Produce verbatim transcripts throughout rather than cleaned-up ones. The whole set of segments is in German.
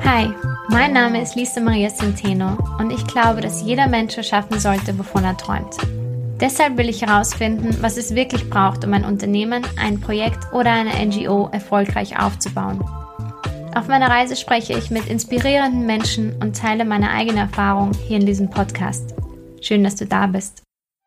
Hi, mein Name ist Lisa Maria Centeno und ich glaube, dass jeder Mensch erschaffen sollte, wovon er träumt. Deshalb will ich herausfinden, was es wirklich braucht, um ein Unternehmen, ein Projekt oder eine N G O erfolgreich aufzubauen. Auf meiner Reise spreche ich mit inspirierenden Menschen und teile meine eigene Erfahrung hier in diesem Podcast. Schön, dass du da bist.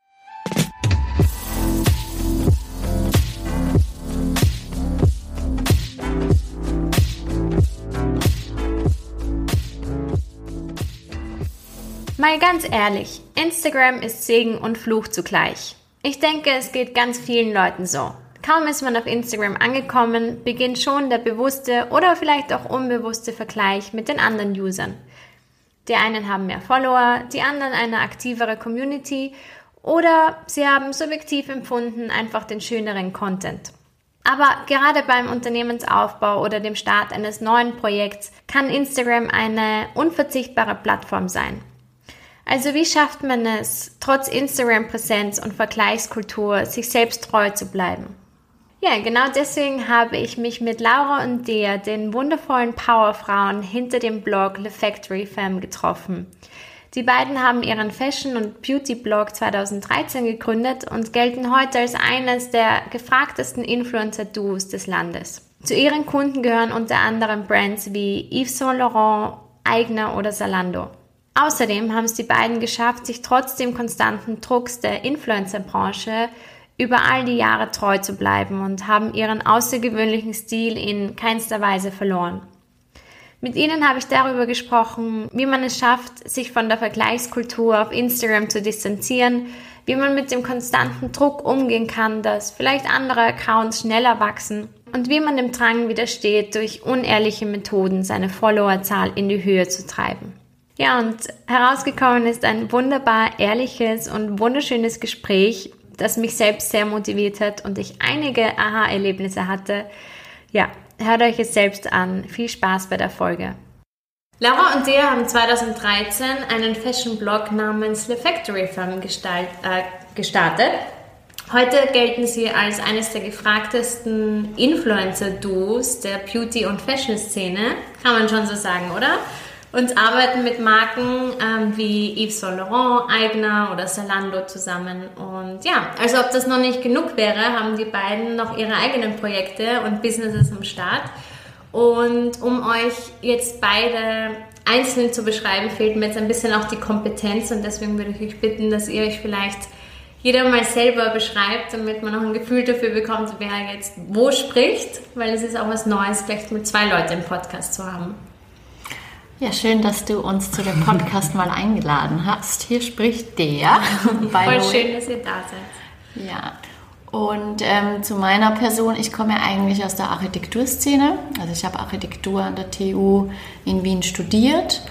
Mal ganz ehrlich, Instagram ist Segen und Fluch zugleich. Ich denke, es geht ganz vielen Leuten so. Kaum ist man auf Instagram angekommen, beginnt schon der bewusste oder vielleicht auch unbewusste Vergleich mit den anderen Usern. Die einen haben mehr Follower, die anderen eine aktivere Community oder sie haben subjektiv empfunden einfach den schöneren Content. Aber gerade beim Unternehmensaufbau oder dem Start eines neuen Projekts kann Instagram eine unverzichtbare Plattform sein. Also wie schafft man es, trotz Instagram-Präsenz und Vergleichskultur, sich selbst treu zu bleiben? Ja, genau deswegen habe ich mich mit Laura und Dea, den wundervollen Powerfrauen hinter dem Blog Le Factory Femme, getroffen. Die beiden haben ihren Fashion- und Beauty-Blog zweitausenddreizehn gegründet und gelten heute als eines der gefragtesten Influencer-Duos des Landes. Zu ihren Kunden gehören unter anderem Brands wie Yves Saint Laurent, Aigner oder Zalando. Außerdem haben es die beiden geschafft, sich trotz dem konstanten Drucks der Influencer-Branche über all die Jahre treu zu bleiben und haben ihren außergewöhnlichen Stil in keinster Weise verloren. Mit ihnen habe ich darüber gesprochen, wie man es schafft, sich von der Vergleichskultur auf Instagram zu distanzieren, wie man mit dem konstanten Druck umgehen kann, dass vielleicht andere Accounts schneller wachsen und wie man dem Drang widersteht, durch unehrliche Methoden seine Followerzahl in die Höhe zu treiben. Ja, und herausgekommen ist ein wunderbar ehrliches und wunderschönes Gespräch, das mich selbst sehr motiviert hat und ich einige Aha-Erlebnisse hatte. Ja, hört euch es selbst an. Viel Spaß bei der Folge. Laura und Dea haben zweitausenddreizehn einen Fashion-Blog namens Le Factory Femme gestalt, äh, gestartet. Heute gelten sie als eines der gefragtesten Influencer-Duos der Beauty- und Fashion-Szene. Kann man schon so sagen, oder? Und arbeiten mit Marken ähm, wie Yves Saint Laurent, Aigner oder Zalando zusammen. Und ja, also ob das noch nicht genug wäre, haben die beiden noch ihre eigenen Projekte und Businesses am Start. Und um euch jetzt beide einzeln zu beschreiben, fehlt mir jetzt ein bisschen auch die Kompetenz. Und deswegen würde ich euch bitten, dass ihr euch vielleicht jeder mal selber beschreibt, damit man noch ein Gefühl dafür bekommt, wer jetzt wo spricht. Weil es ist auch was Neues, vielleicht mit zwei Leuten im Podcast zu haben. Ja, schön, dass du uns zu dem Podcast mal eingeladen hast. Hier spricht Dea. Voll schön, dass ihr da seid. Ja, und ähm, zu meiner Person, ich komme ja eigentlich aus der Architekturszene. Also ich habe Architektur an der T U in Wien studiert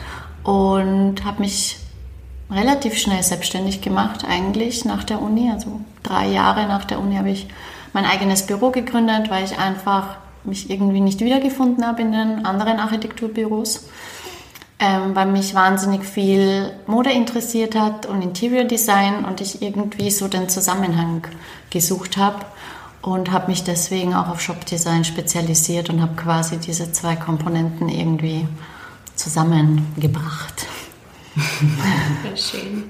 und habe mich relativ schnell selbstständig gemacht eigentlich nach der Uni. Also drei Jahre nach der Uni habe ich mein eigenes Büro gegründet, weil ich einfach mich irgendwie nicht wiedergefunden habe in den anderen Architekturbüros. Ähm, weil mich wahnsinnig viel Mode interessiert hat und Interior Design und ich irgendwie so den Zusammenhang gesucht habe und habe mich deswegen auch auf Shopdesign spezialisiert und habe quasi diese zwei Komponenten irgendwie zusammengebracht. Sehr schön.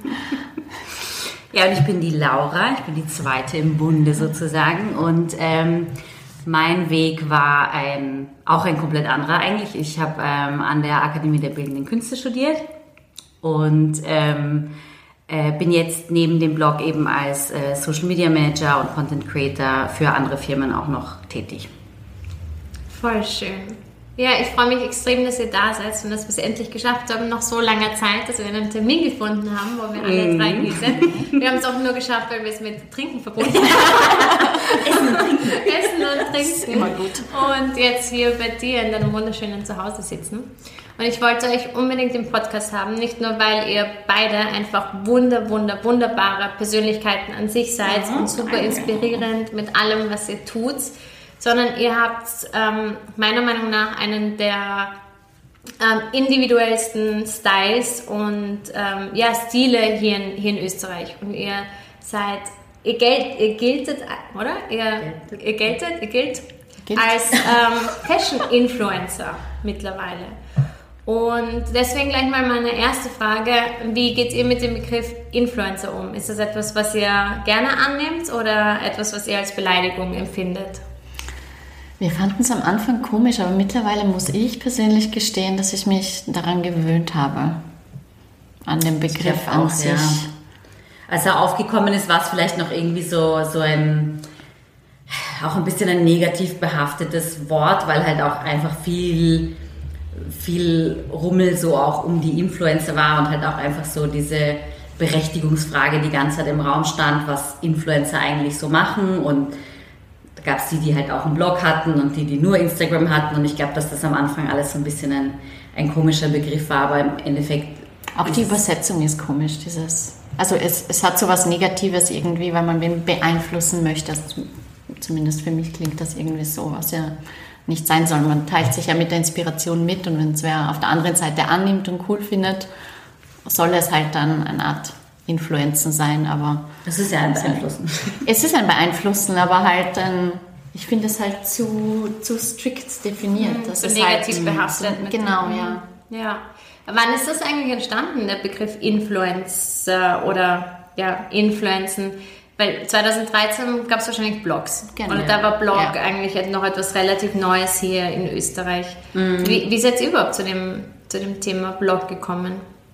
Ja, und ich bin die Laura, ich bin die zweite im Bunde sozusagen und ähm, mein Weg war ein, auch ein komplett anderer eigentlich. Ich habe ähm, an der Akademie der Bildenden Künste studiert und ähm, äh, bin jetzt neben dem Blog eben als äh, Social Media Manager und Content Creator für andere Firmen auch noch tätig. Voll schön. Ja, ich freue mich extrem, dass ihr da seid und dass wir es endlich geschafft haben, nach so langer Zeit, dass wir einen Termin gefunden haben, wo wir alle mm. drei hier sind. Wir haben es auch nur geschafft, weil wir es mit Trinken verbunden haben. Essen und Trinken. Essen und Trinken. Das ist immer gut. Und jetzt hier bei dir in deinem wunderschönen Zuhause sitzen. Und ich wollte euch unbedingt im Podcast haben, nicht nur, weil ihr beide einfach wunder, wunder, wunderbare Persönlichkeiten an sich seid mhm. und super inspirierend mit allem, was ihr tut, sondern ihr habt ähm, meiner Meinung nach einen der ähm, individuellsten Styles und ähm, ja, Stile hier in, hier in Österreich. Und ihr seid, ihr, gelt, ihr giltet, oder? Ihr, ihr geltet, ihr gilt als ähm, Fashion-Influencer mittlerweile. Und deswegen gleich mal meine erste Frage, wie geht ihr mit dem Begriff Influencer um? Ist das etwas, was ihr gerne annehmt oder etwas, was ihr als Beleidigung empfindet? Wir fanden es am Anfang komisch, aber mittlerweile muss ich persönlich gestehen, dass ich mich daran gewöhnt habe, an den Begriff an auch, sich. Ja. Als er aufgekommen ist, war es vielleicht noch irgendwie so, so ein, auch ein bisschen ein negativ behaftetes Wort, weil halt auch einfach viel... viel Rummel so auch um die Influencer war und halt auch einfach so diese Berechtigungsfrage die ganze Zeit im Raum stand, was Influencer eigentlich so machen, und da gab es die, die halt auch einen Blog hatten und die, die nur Instagram hatten, und ich glaube, dass das am Anfang alles so ein bisschen ein, ein komischer Begriff war, aber im Endeffekt... Auch die Übersetzung ist komisch, dieses... Also es, es hat so was Negatives irgendwie, weil man wen beeinflussen möchte, also zumindest für mich klingt das irgendwie so, was ja nicht sein soll. Man teilt sich ja mit der Inspiration mit, und wenn es wer auf der anderen Seite annimmt und cool findet, soll es halt dann eine Art Influenzen sein, aber... Das ist ja ein Beeinflussen. Es ist ein Beeinflussen, aber halt ein... Ich finde es halt zu, zu strikt definiert. Mhm, das so ist negativ halt, behaftet. So, mit genau, dem, ja. Ja. Wann ist das eigentlich entstanden, der Begriff Influencer oder ja, Influenzen? Weil zwanzig dreizehn gab es wahrscheinlich Blogs. Genau. Und da war Blog Ja. eigentlich noch etwas relativ Neues hier in Österreich. Mhm. Wie, wie seid ihr überhaupt zu dem, zu dem Thema Blog gekommen?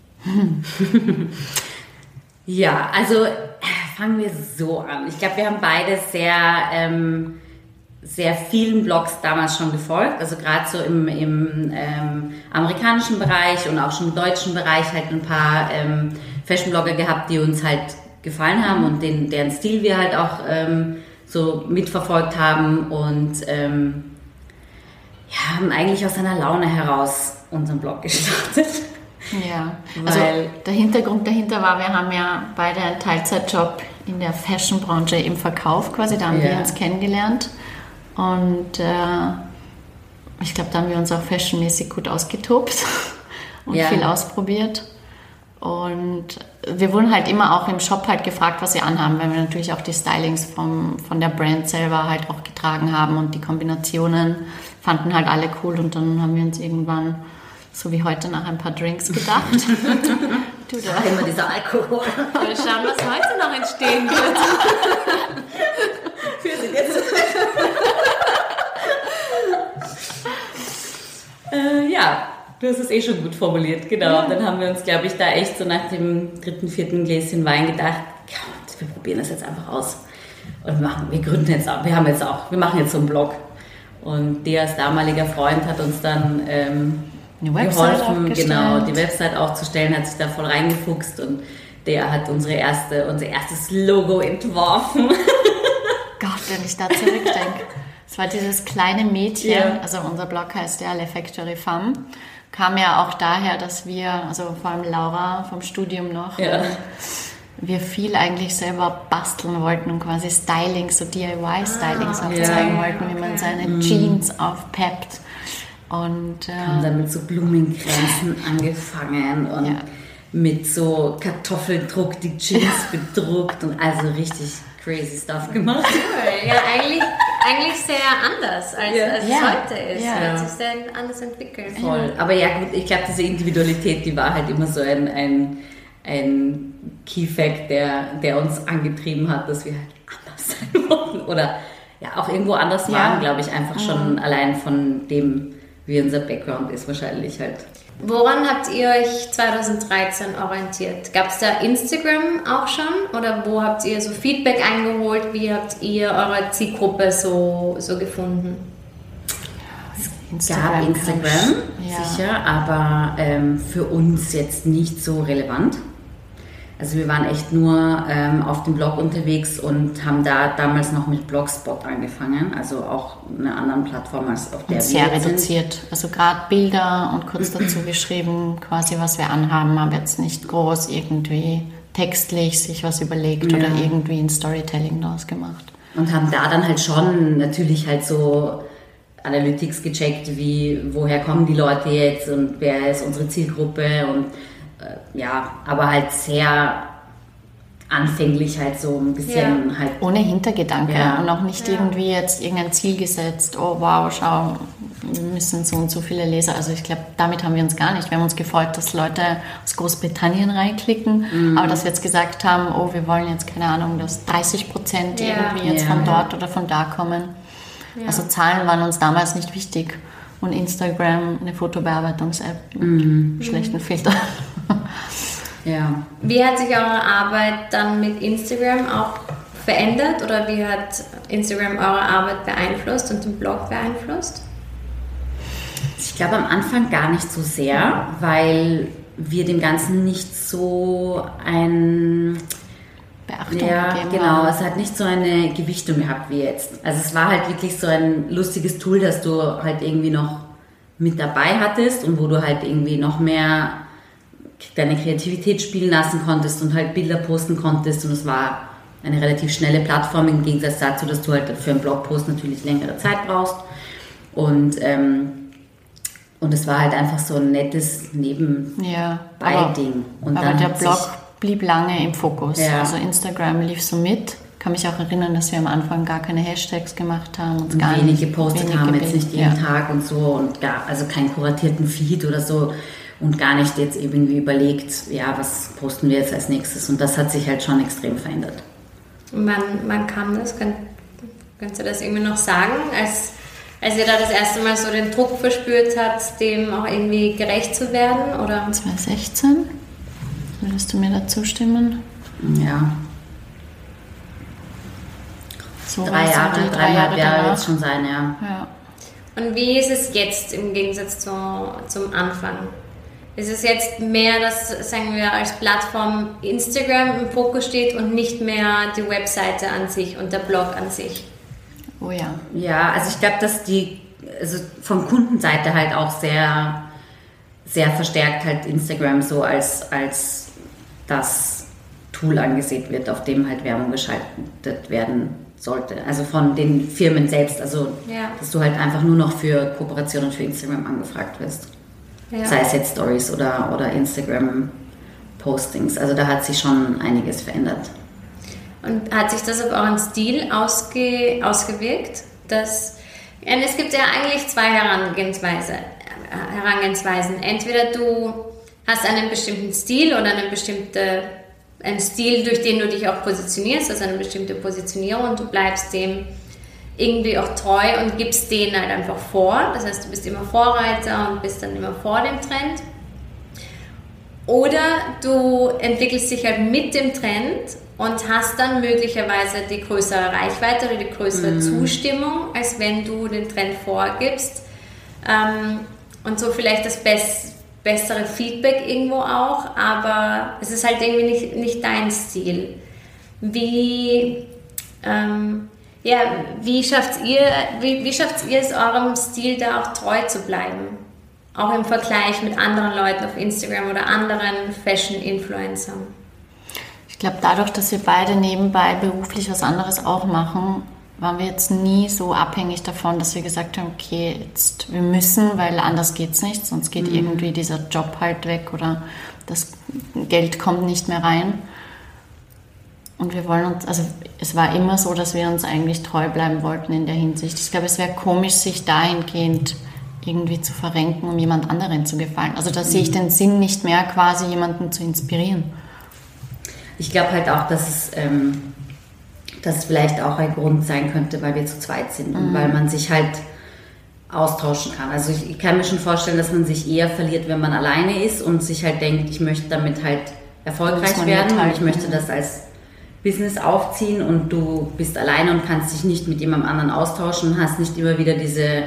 Ja, also fangen wir so an. Ich glaube, wir haben beide sehr, ähm, sehr vielen Blogs damals schon gefolgt. Also gerade so im, im ähm, amerikanischen Bereich und auch schon im deutschen Bereich halt ein paar ähm, Fashion-Blogger gehabt, die uns halt gefallen haben und den, deren Stil wir halt auch ähm, so mitverfolgt haben, und ähm, ja, haben eigentlich aus einer Laune heraus unseren Blog gestartet. Ja, also Weil- der Hintergrund dahinter war, wir haben ja beide einen Teilzeitjob in der Fashion-Branche im Verkauf quasi, da haben Ja. wir uns kennengelernt, und äh, ich glaube, da haben wir uns auch fashionmäßig gut ausgetobt und Ja. viel ausprobiert. Und wir wurden halt immer auch im Shop halt gefragt, was sie anhaben, weil wir natürlich auch die Stylings vom, von der Brand selber halt auch getragen haben, und die Kombinationen fanden halt alle cool, und dann haben wir uns irgendwann, so wie heute, nach ein paar Drinks gedacht. du da. Immer dieser Alkohol. Mal schauen, was heute noch entstehen wird. Für sie jetzt. äh, ja, du hast es eh schon gut formuliert, genau. Ja. Und dann haben wir uns, glaube ich, da echt so nach dem dritten, vierten Gläschen Wein gedacht, ja, wir probieren das jetzt einfach aus. Und machen, wir gründen jetzt auch, wir haben jetzt auch, wir machen jetzt so einen Blog. Und der als damaliger Freund hat uns dann ähm, Eine Website geholfen, aufgestellt. genau, die Website aufzustellen, hat sich da voll reingefuchst, und der hat unsere erste, unser erstes Logo entworfen. Gott, wenn ich da zurückdenke. Es war dieses kleine Mädchen, Ja. also unser Blog heißt ja Le Factory Femme, kam ja auch daher, dass wir, also vor allem Laura vom Studium noch, Ja. ähm, wir viel eigentlich selber basteln wollten und quasi Stylings, so D I Y-Stylings Ah, auch okay. zeigen wollten, wie man Okay. seine Jeans aufpeppt. Und Haben äh, dann mit so Blumenkränzen angefangen und Ja. mit so Kartoffeldruck die Jeans bedruckt und also richtig crazy stuff gemacht. Cool. Ja, eigentlich, eigentlich sehr anders, als, Ja. als es Ja. heute ist. Ja. Hat sich sehr anders entwickelt. Voll. Aber ja gut, ich glaube, diese Individualität, die war halt immer so ein, ein, ein Key Fact, der, der uns angetrieben hat, dass wir halt anders sein wollten. Oder ja, auch irgendwo anders Ja. waren, glaube ich, einfach schon allein von dem, wie unser Background ist, wahrscheinlich halt. Woran habt ihr euch zwanzig dreizehn orientiert? Gab es da Instagram auch schon? Oder wo habt ihr so Feedback eingeholt? Wie habt ihr eure Zielgruppe so, so gefunden? gab Instagram, Ja. sicher, aber ähm, für uns jetzt nicht so relevant. Also wir waren echt nur ähm, auf dem Blog unterwegs und haben da damals noch mit Blogspot angefangen, also auch einer anderen Plattform als auf der Und sehr wir jetzt sind. reduziert. Also gerade Bilder und kurz dazu geschrieben, quasi was wir anhaben, haben jetzt nicht groß irgendwie textlich sich was überlegt Ja. oder irgendwie ein Storytelling daraus gemacht. Und haben da dann halt schon natürlich halt so Analytics gecheckt, wie woher kommen die Leute jetzt und wer ist unsere Zielgruppe und äh, ja, aber halt sehr anfänglich halt so ein bisschen ja. halt... Ohne Hintergedanke ja. und auch nicht ja. irgendwie jetzt irgendein Ziel gesetzt, oh wow, schau, wir müssen so und so viele Leser. Also ich glaube, damit haben wir uns gar nicht. Wir haben uns gefreut, dass Leute aus Großbritannien reinklicken, mhm. aber dass wir jetzt gesagt haben, oh, wir wollen jetzt, keine Ahnung, dass dreißig Prozent ja. irgendwie jetzt ja. von dort oder von da kommen. Ja. Also Zahlen waren uns damals nicht wichtig. Und Instagram, eine Fotobearbeitungs-App mit mhm. schlechten Filtern. Ja. Wie hat sich eure Arbeit dann mit Instagram auch verändert oder wie hat Instagram eure Arbeit beeinflusst und den Blog beeinflusst? Ich glaube am Anfang gar nicht so sehr, weil wir dem Ganzen nicht so ein... Beachtung ja, gegeben genau, haben. Es hat nicht so eine Gewichtung gehabt wie jetzt. Also es war halt wirklich so ein lustiges Tool, das du halt irgendwie noch mit dabei hattest und wo du halt irgendwie noch mehr deine Kreativität spielen lassen konntest und halt Bilder posten konntest und es war eine relativ schnelle Plattform im Gegensatz dazu, dass du halt für einen Blogpost natürlich längere Zeit brauchst und ähm, und es war halt einfach so ein nettes Nebenbei-Ding. Ja, aber, und aber dann der Blog blieb lange im Fokus. Ja. Also Instagram lief so mit. Ich kann mich auch erinnern, dass wir am Anfang gar keine Hashtags gemacht haben. Und gar wenig nicht, gepostet wenig haben, gebildet. jetzt nicht jeden ja. Tag und so und gar, also keinen kuratierten Feed oder so und gar nicht jetzt irgendwie überlegt, ja, was posten wir jetzt als nächstes und das hat sich halt schon extrem verändert. Und wann, wann kam das? Könnt, könntest du das irgendwie noch sagen, als, als ihr da das erste Mal so den Druck verspürt habt, dem auch irgendwie gerecht zu werden? Oder? zwanzig sechzehn? Würdest du mir dazu stimmen? Ja. So drei Jahre, drei, drei Jahre, Jahre wird es schon sein, ja. ja. Und wie ist es jetzt im Gegensatz zu, zum Anfang? Ist es jetzt mehr, dass, sagen wir, als Plattform Instagram im Fokus steht und nicht mehr die Webseite an sich und der Blog an sich? Oh ja. Ja, also ich glaube, dass die, also von Kundenseite halt auch sehr, sehr verstärkt halt Instagram so als, als das Tool angesehen wird, auf dem halt Werbung geschaltet werden sollte. Also von den Firmen selbst, also ja. dass du halt einfach nur noch für Kooperationen für Instagram angefragt wirst. Ja. Sei es jetzt Stories oder, oder Instagram-Postings. Also da hat sich schon einiges verändert. Und hat sich das auf euren Stil ausge, ausgewirkt? Dass, es gibt ja eigentlich zwei Herangehensweise, Herangehensweisen. Entweder du hast einen bestimmten Stil oder eine bestimmte, einen Stil, durch den du dich auch positionierst, also eine bestimmte Positionierung und du bleibst dem irgendwie auch treu und gibst den halt einfach vor. Das heißt, du bist immer Vorreiter und bist dann immer vor dem Trend. Oder du entwickelst dich halt mit dem Trend und hast dann möglicherweise die größere Reichweite oder die größere mhm. Zustimmung, als wenn du den Trend vorgibst. Ähm, und so vielleicht das Best, bessere Feedback irgendwo auch, aber es ist halt irgendwie nicht, nicht dein Stil. Wie... Ähm, Ja, wie schafft ihr, wie, wie schafft ihr es, eurem Stil da auch treu zu bleiben? Auch im Vergleich mit anderen Leuten auf Instagram oder anderen Fashion-Influencern? Ich glaube, dadurch, dass wir beide nebenbei beruflich was anderes auch machen, waren wir jetzt nie so abhängig davon, dass wir gesagt haben, okay, jetzt wir müssen, weil anders geht's nicht, sonst geht mhm. irgendwie dieser Job halt weg oder das Geld kommt nicht mehr rein. Und wir wollen uns, also es war immer so, dass wir uns eigentlich treu bleiben wollten in der Hinsicht. Ich glaube, es wäre komisch, sich dahingehend irgendwie zu verrenken, um jemand anderen zu gefallen. Also da mhm. sehe ich den Sinn nicht mehr, quasi jemanden zu inspirieren. Ich glaube halt auch, dass es, ähm, dass es vielleicht auch ein Grund sein könnte, weil wir zu zweit sind mhm. und weil man sich halt austauschen kann. Also ich, ich kann mir schon vorstellen, dass man sich eher verliert, wenn man alleine ist und sich halt denkt, ich möchte damit halt erfolgreich werden und ich möchte das als Business aufziehen und du bist alleine und kannst dich nicht mit jemandem anderen austauschen und hast nicht immer wieder diese,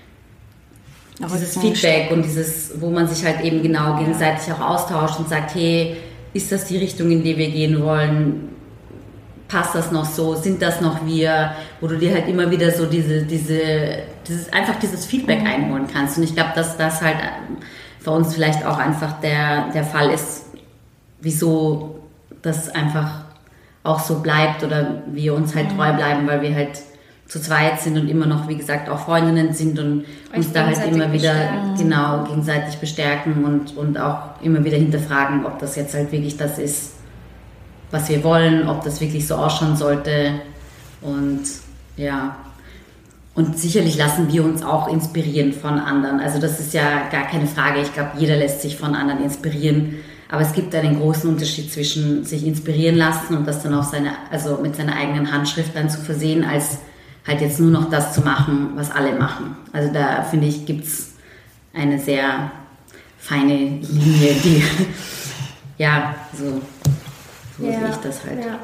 dieses Feedback und dieses, wo man sich halt eben genau gegenseitig auch austauscht und sagt, hey, ist das die Richtung, in die wir gehen wollen? Passt das noch so? Sind das noch wir? Wo du dir halt immer wieder so diese, diese, dieses, einfach dieses Feedback mhm. einholen kannst. Und ich glaube, dass das halt für uns vielleicht auch einfach der, der Fall ist, wieso das einfach auch so bleibt oder wir uns halt treu bleiben, weil wir halt zu zweit sind und immer noch, wie gesagt, auch Freundinnen sind und uns da halt immer wieder bestärken. genau gegenseitig bestärken und, und auch immer wieder hinterfragen, ob das jetzt halt wirklich das ist, was wir wollen, ob das wirklich so ausschauen sollte. Und ja, und sicherlich lassen wir uns auch inspirieren von anderen. Also das ist ja gar keine Frage. Ich glaube, jeder lässt sich von anderen inspirieren. Aber es gibt einen großen Unterschied zwischen sich inspirieren lassen und das dann auch seine, also mit seiner eigenen Handschrift dann zu versehen, als halt jetzt nur noch das zu machen, was alle machen. Also da finde ich, gibt es eine sehr feine Linie, die, ja, so, so ja, sehe ich das halt. Ja.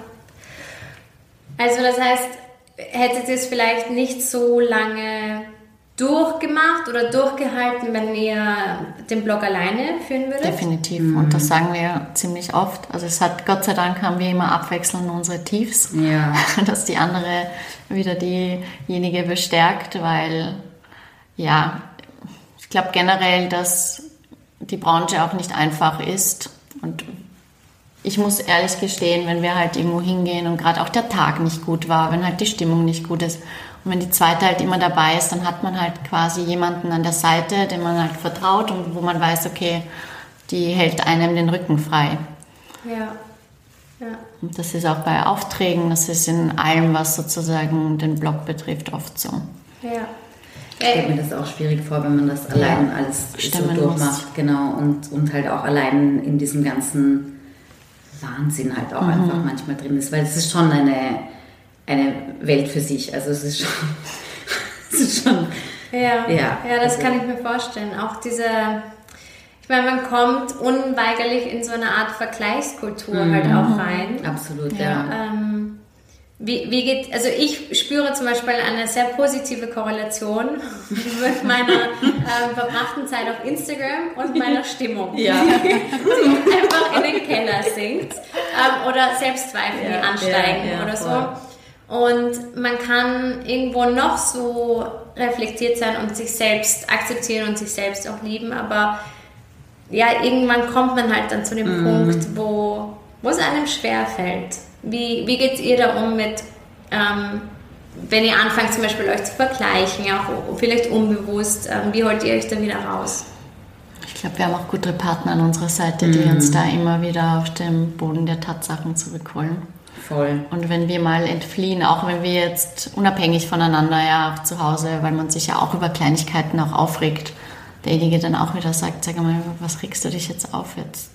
Also das heißt, hättet ihr es vielleicht nicht so lange durchgemacht oder durchgehalten, wenn ihr den Blog alleine führen würdet? Definitiv. Mhm. Und das sagen wir ziemlich oft. Also es hat, Gott sei Dank haben wir immer abwechselnd unsere Tiefs, ja. dass die andere wieder diejenige bestärkt, weil ja, ich glaube generell, dass die Branche auch nicht einfach ist. Und ich muss ehrlich gestehen, wenn wir halt irgendwo hingehen und gerade auch der Tag nicht gut war, wenn halt die Stimmung nicht gut ist und wenn die zweite halt immer dabei ist, dann hat man halt quasi jemanden an der Seite, dem man halt vertraut und wo man weiß, okay, die hält einem den Rücken frei. Ja. Ja. Und das ist auch bei Aufträgen, das ist in allem, was sozusagen den Blog betrifft, oft so. Ja. Ich stelle mir das auch schwierig vor, wenn man das allein ja, alles so durchmacht. Muss. Genau, und, und halt auch allein in diesem ganzen Wahnsinn halt auch mhm. einfach manchmal drin ist, weil es ist schon eine, eine Welt für sich. Also es ist schon... es ist schon ja, ja, ja, das also, kann ich mir vorstellen. Auch diese... Ich meine, man kommt unweigerlich in so eine Art Vergleichskultur mhm. halt auch rein. Absolut, ja. ja. Ähm, wie, wie geht, also ich spüre zum Beispiel eine sehr positive Korrelation mit meiner ähm, verbrachten Zeit auf Instagram und meiner Stimmung, ja. die einfach in den Keller sinkt ähm, oder Selbstzweifel ja, ansteigen ja, ja, oder so. Voll. Und man kann irgendwo noch so reflektiert sein und sich selbst akzeptieren und sich selbst auch lieben, aber ja, irgendwann kommt man halt dann zu dem mm. Punkt, wo, wo es einem schwerfällt. Wie, wie geht ihr da um mit, ähm, wenn ihr anfangt zum Beispiel euch zu vergleichen, auch vielleicht unbewusst, ähm, wie holt ihr euch da wieder raus? Ich glaube, wir haben auch gute Partner an unserer Seite, die mm. uns da immer wieder auf den Boden der Tatsachen zurückholen. Voll. Und wenn wir mal entfliehen, auch wenn wir jetzt unabhängig voneinander ja auch zu Hause, weil man sich ja auch über Kleinigkeiten auch aufregt, derjenige dann auch wieder sagt, sag mal, was regst du dich jetzt auf jetzt?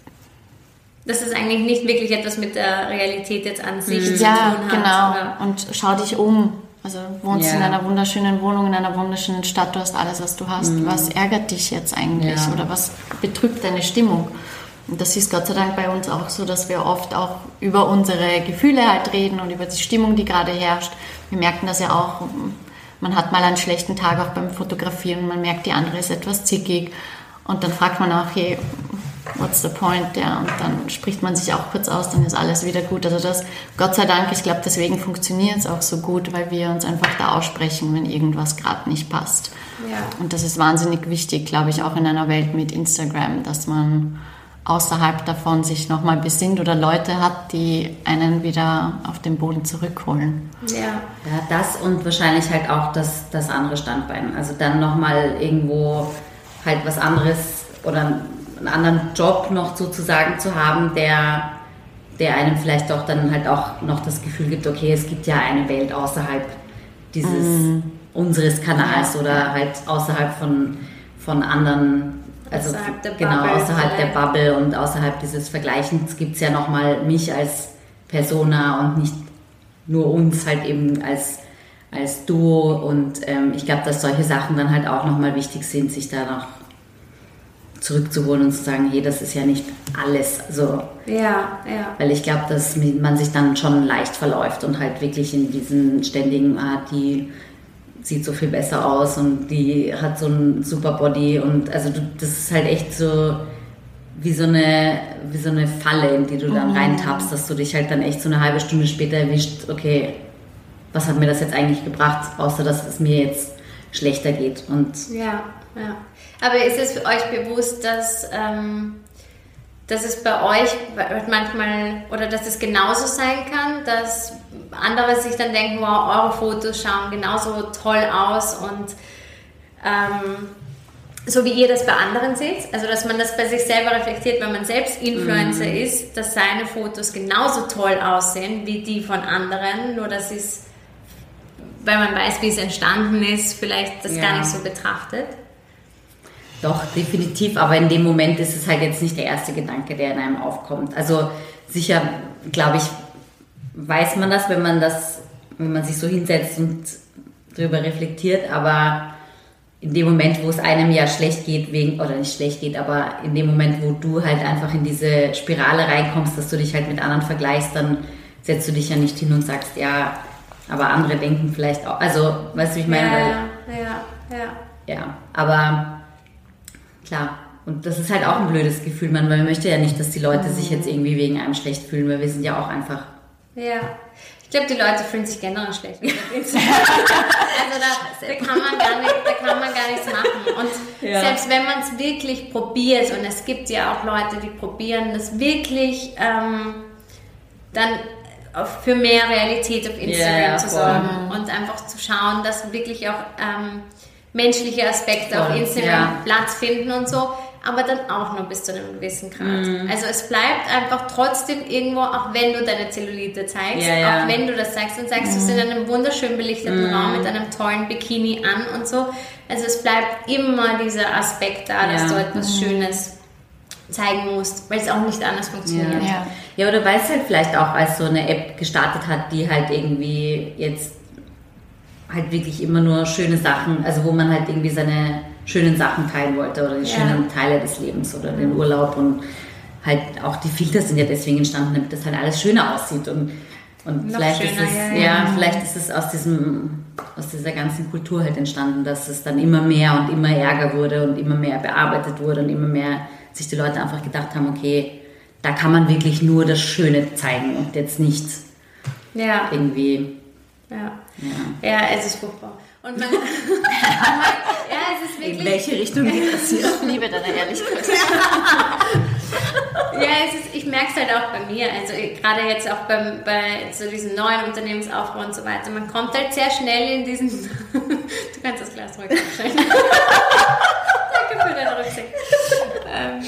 Dass es eigentlich nicht wirklich etwas mit der Realität jetzt an sich mhm. zu ja, tun hat. Ja, genau. Oder? Und schau dich um. Also wohnst ja. in einer wunderschönen Wohnung, in einer wunderschönen Stadt, du hast alles, was du hast. Mhm. Was ärgert dich jetzt eigentlich? Ja. Oder was betrübt deine Stimmung? Und das ist Gott sei Dank bei uns auch so, dass wir oft auch über unsere Gefühle halt reden und über die Stimmung, die gerade herrscht. Wir merken das ja auch. Man hat mal einen schlechten Tag auch beim Fotografieren, man merkt, die andere ist etwas zickig und dann fragt man auch, hey, what's the point? Ja, und dann spricht man sich auch kurz aus, dann ist alles wieder gut. Also das, Gott sei Dank, ich glaube, deswegen funktioniert es auch so gut, weil wir uns einfach da aussprechen, wenn irgendwas gerade nicht passt. Ja. Und das ist wahnsinnig wichtig, glaube ich, auch in einer Welt mit Instagram, dass man außerhalb davon sich nochmal besinnt oder Leute hat, die einen wieder auf den Boden zurückholen. Ja, ja das und wahrscheinlich halt auch das, das andere Standbein. Also dann nochmal irgendwo halt was anderes oder einen anderen Job noch sozusagen zu haben, der, der einem vielleicht auch dann halt auch noch das Gefühl gibt, okay, es gibt ja eine Welt außerhalb dieses mm. unseres Kanals ja. oder halt außerhalb von, von anderen. Also außerhalb der genau, Bubble außerhalb vielleicht. der Bubble und außerhalb dieses Vergleichens gibt es ja nochmal mich als Persona und nicht nur uns halt eben als, als Duo und ähm, ich glaube, dass solche Sachen dann halt auch nochmal wichtig sind, sich da noch zurückzuholen und zu sagen, hey, das ist ja nicht alles so. Ja, ja. Weil ich glaube, dass man sich dann schon leicht verläuft und halt wirklich in diesen ständigen, ah, die sieht so viel besser aus und die hat so einen super Body und also du, das ist halt echt so wie so eine, wie so eine Falle, in die du dann mhm. reintappst, dass du dich halt dann echt so eine halbe Stunde später erwischt, okay, was hat mir das jetzt eigentlich gebracht, außer dass es mir jetzt schlechter geht. Und ja, ja. Aber ist es für euch bewusst, dass, ähm, dass es bei euch manchmal, oder dass es genauso sein kann, dass andere sich dann denken, wow, eure Fotos schauen genauso toll aus und ähm, so wie ihr das bei anderen seht, also dass man das bei sich selber reflektiert, wenn man selbst Influencer mm. ist, dass seine Fotos genauso toll aussehen wie die von anderen, nur dass es, weil man weiß, wie es entstanden ist, vielleicht das ja. gar nicht so betrachtet. Doch, definitiv, aber in dem Moment ist es halt jetzt nicht der erste Gedanke, der in einem aufkommt. Also sicher, glaube ich, weiß man das, wenn man das, wenn man sich so hinsetzt und darüber reflektiert, aber in dem Moment, wo es einem ja schlecht geht, wegen, oder nicht schlecht geht, aber in dem Moment, wo du halt einfach in diese Spirale reinkommst, dass du dich halt mit anderen vergleichst, dann setzt du dich ja nicht hin und sagst, ja, aber andere denken vielleicht auch, also, weißt du, wie ich meine? Ja, ja, ja. Ja, aber klar, und das ist halt auch ein blödes Gefühl, man, man möchte ja nicht, dass die Leute sich jetzt irgendwie wegen einem schlecht fühlen, weil wir sind ja auch einfach... Ja. Ich glaube, die Leute fühlen sich generell schlecht. Also da, da, kann man gar nicht, da kann man gar nichts machen. Und ja. selbst wenn man es wirklich probiert, und es gibt ja auch Leute, die probieren das wirklich ähm, dann für mehr Realität auf Instagram yeah, zu sorgen und einfach zu schauen, dass wirklich auch ähm, menschliche Aspekte voll, auf Instagram ja. Platz finden und so. Aber dann auch nur bis zu einem gewissen Grad. Mm. Also es bleibt einfach trotzdem irgendwo, auch wenn du deine Zellulite zeigst, ja, ja. auch wenn du das zeigst und sagst, mm. du bist in einem wunderschön belichteten mm. Raum mit einem tollen Bikini an und so. Also es bleibt immer dieser Aspekt da, dass ja. du etwas mm. Schönes zeigen musst, weil es auch nicht anders funktioniert. Ja, ja. ja oder weil es halt vielleicht auch als so eine App gestartet hat, die halt irgendwie jetzt halt wirklich immer nur schöne Sachen, also wo man halt irgendwie seine schönen Sachen teilen wollte oder die ja. schönen Teile des Lebens oder den Urlaub und halt auch die Filter sind ja deswegen entstanden, damit das halt alles schöner aussieht und, und vielleicht schöner, ist es, ja, ja. ja, vielleicht ist es aus diesem, aus dieser ganzen Kultur halt entstanden, dass es dann immer mehr und immer ärger wurde und immer mehr bearbeitet wurde und immer mehr sich die Leute einfach gedacht haben, okay, da kann man wirklich nur das Schöne zeigen und jetzt nicht ja. irgendwie... Ja. Ja. ja, es ist furchtbar. Und man, ja, es ist wirklich... In welche Richtung geht das hier? Ich liebe deine Ehrlichkeit. Ja, es ist, ich merke es halt auch bei mir, also gerade jetzt auch beim, bei so diesem neuen Unternehmensaufbau und so weiter, man kommt halt sehr schnell in diesen... Du kannst das Glas ruhig abstellen. Danke für deinen Rücksicht. Ähm,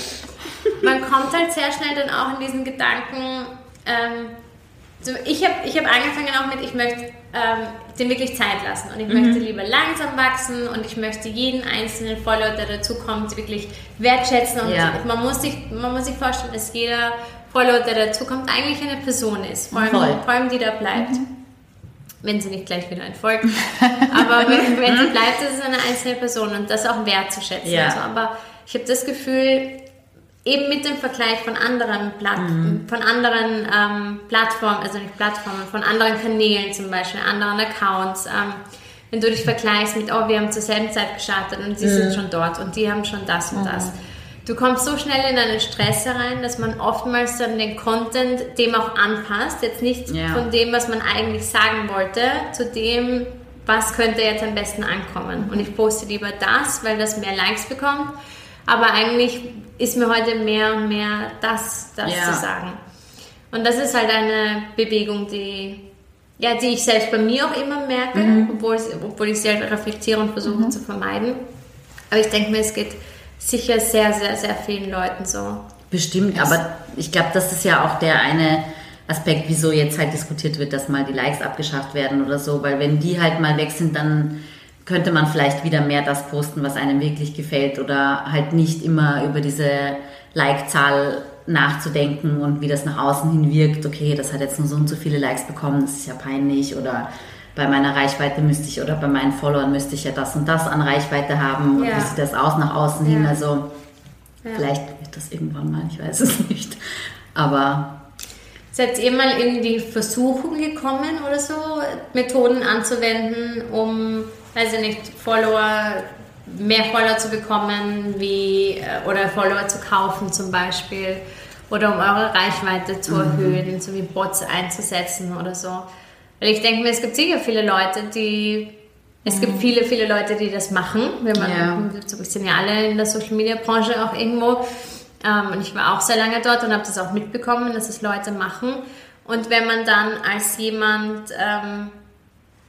man kommt halt sehr schnell dann auch in diesen Gedanken... Ähm, So, ich habe ich hab angefangen auch mit, ich möchte ähm, den wirklich Zeit lassen und ich mhm. möchte lieber langsam wachsen und ich möchte jeden einzelnen Follower, der dazukommt, wirklich wertschätzen und ja. man, muss sich, man muss sich vorstellen, dass jeder Follower, der dazukommt, eigentlich eine Person ist, vor allem, vor allem die da bleibt. Mhm. Wenn sie nicht gleich wieder entfolgt. Aber wenn, wenn sie bleibt, ist es eine einzelne Person und das auch wertzuschätzen. Ja. Also, aber ich habe das Gefühl, eben mit dem Vergleich von anderen, Platt, mhm. von anderen ähm, Plattformen, also nicht Plattformen, von anderen Kanälen zum Beispiel, anderen Accounts, ähm, wenn du dich vergleichst mit, oh, wir haben zur selben Zeit gestartet und die mhm. sind schon dort und die haben schon das und mhm. das. Du kommst so schnell in einen Stress herein, dass man oftmals dann den Content dem auch anpasst, jetzt nicht ja. von dem, was man eigentlich sagen wollte, zu dem, was könnte jetzt am besten ankommen. Und ich poste lieber das, weil das mehr Likes bekommt, aber eigentlich ist mir heute mehr und mehr das, das ja. zu sagen. Und das ist halt eine Bewegung, die, ja, die ich selbst bei mir auch immer merke, mhm. obwohl, obwohl ich selber reflektiere und versuche mhm. zu vermeiden. Aber ich denke mir, es geht sicher sehr, sehr, sehr vielen Leuten so. Bestimmt, yes. aber ich glaube, das ist ja auch der eine Aspekt, wieso jetzt halt diskutiert wird, dass mal die Likes abgeschafft werden oder so, weil wenn die halt mal weg sind, dann könnte man vielleicht wieder mehr das posten, was einem wirklich gefällt oder halt nicht immer über diese Like-Zahl nachzudenken und wie das nach außen hin wirkt. Okay, das hat jetzt nur so und so viele Likes bekommen, das ist ja peinlich oder bei meiner Reichweite müsste ich oder bei meinen Followern müsste ich ja das und das an Reichweite haben und ja. wie sieht das aus nach außen ja. hin, also ja. vielleicht wird das irgendwann mal, ich weiß es nicht, aber... Seid ihr mal in die Versuchung gekommen oder so, Methoden anzuwenden, um, weiß ich nicht, Follower, mehr Follower zu bekommen, wie, oder Follower zu kaufen zum Beispiel, oder um eure Reichweite zu erhöhen, mhm. so wie Bots einzusetzen oder so? Weil ich denke mir, es gibt sicher viele Leute, die, es mhm. gibt viele, viele Leute, die das machen, wenn man, ja. wir sind ja alle in der Social-Media-Branche auch irgendwo, ähm, und ich war auch sehr lange dort und habe das auch mitbekommen, dass es Leute machen. Und wenn man dann als jemand, ähm,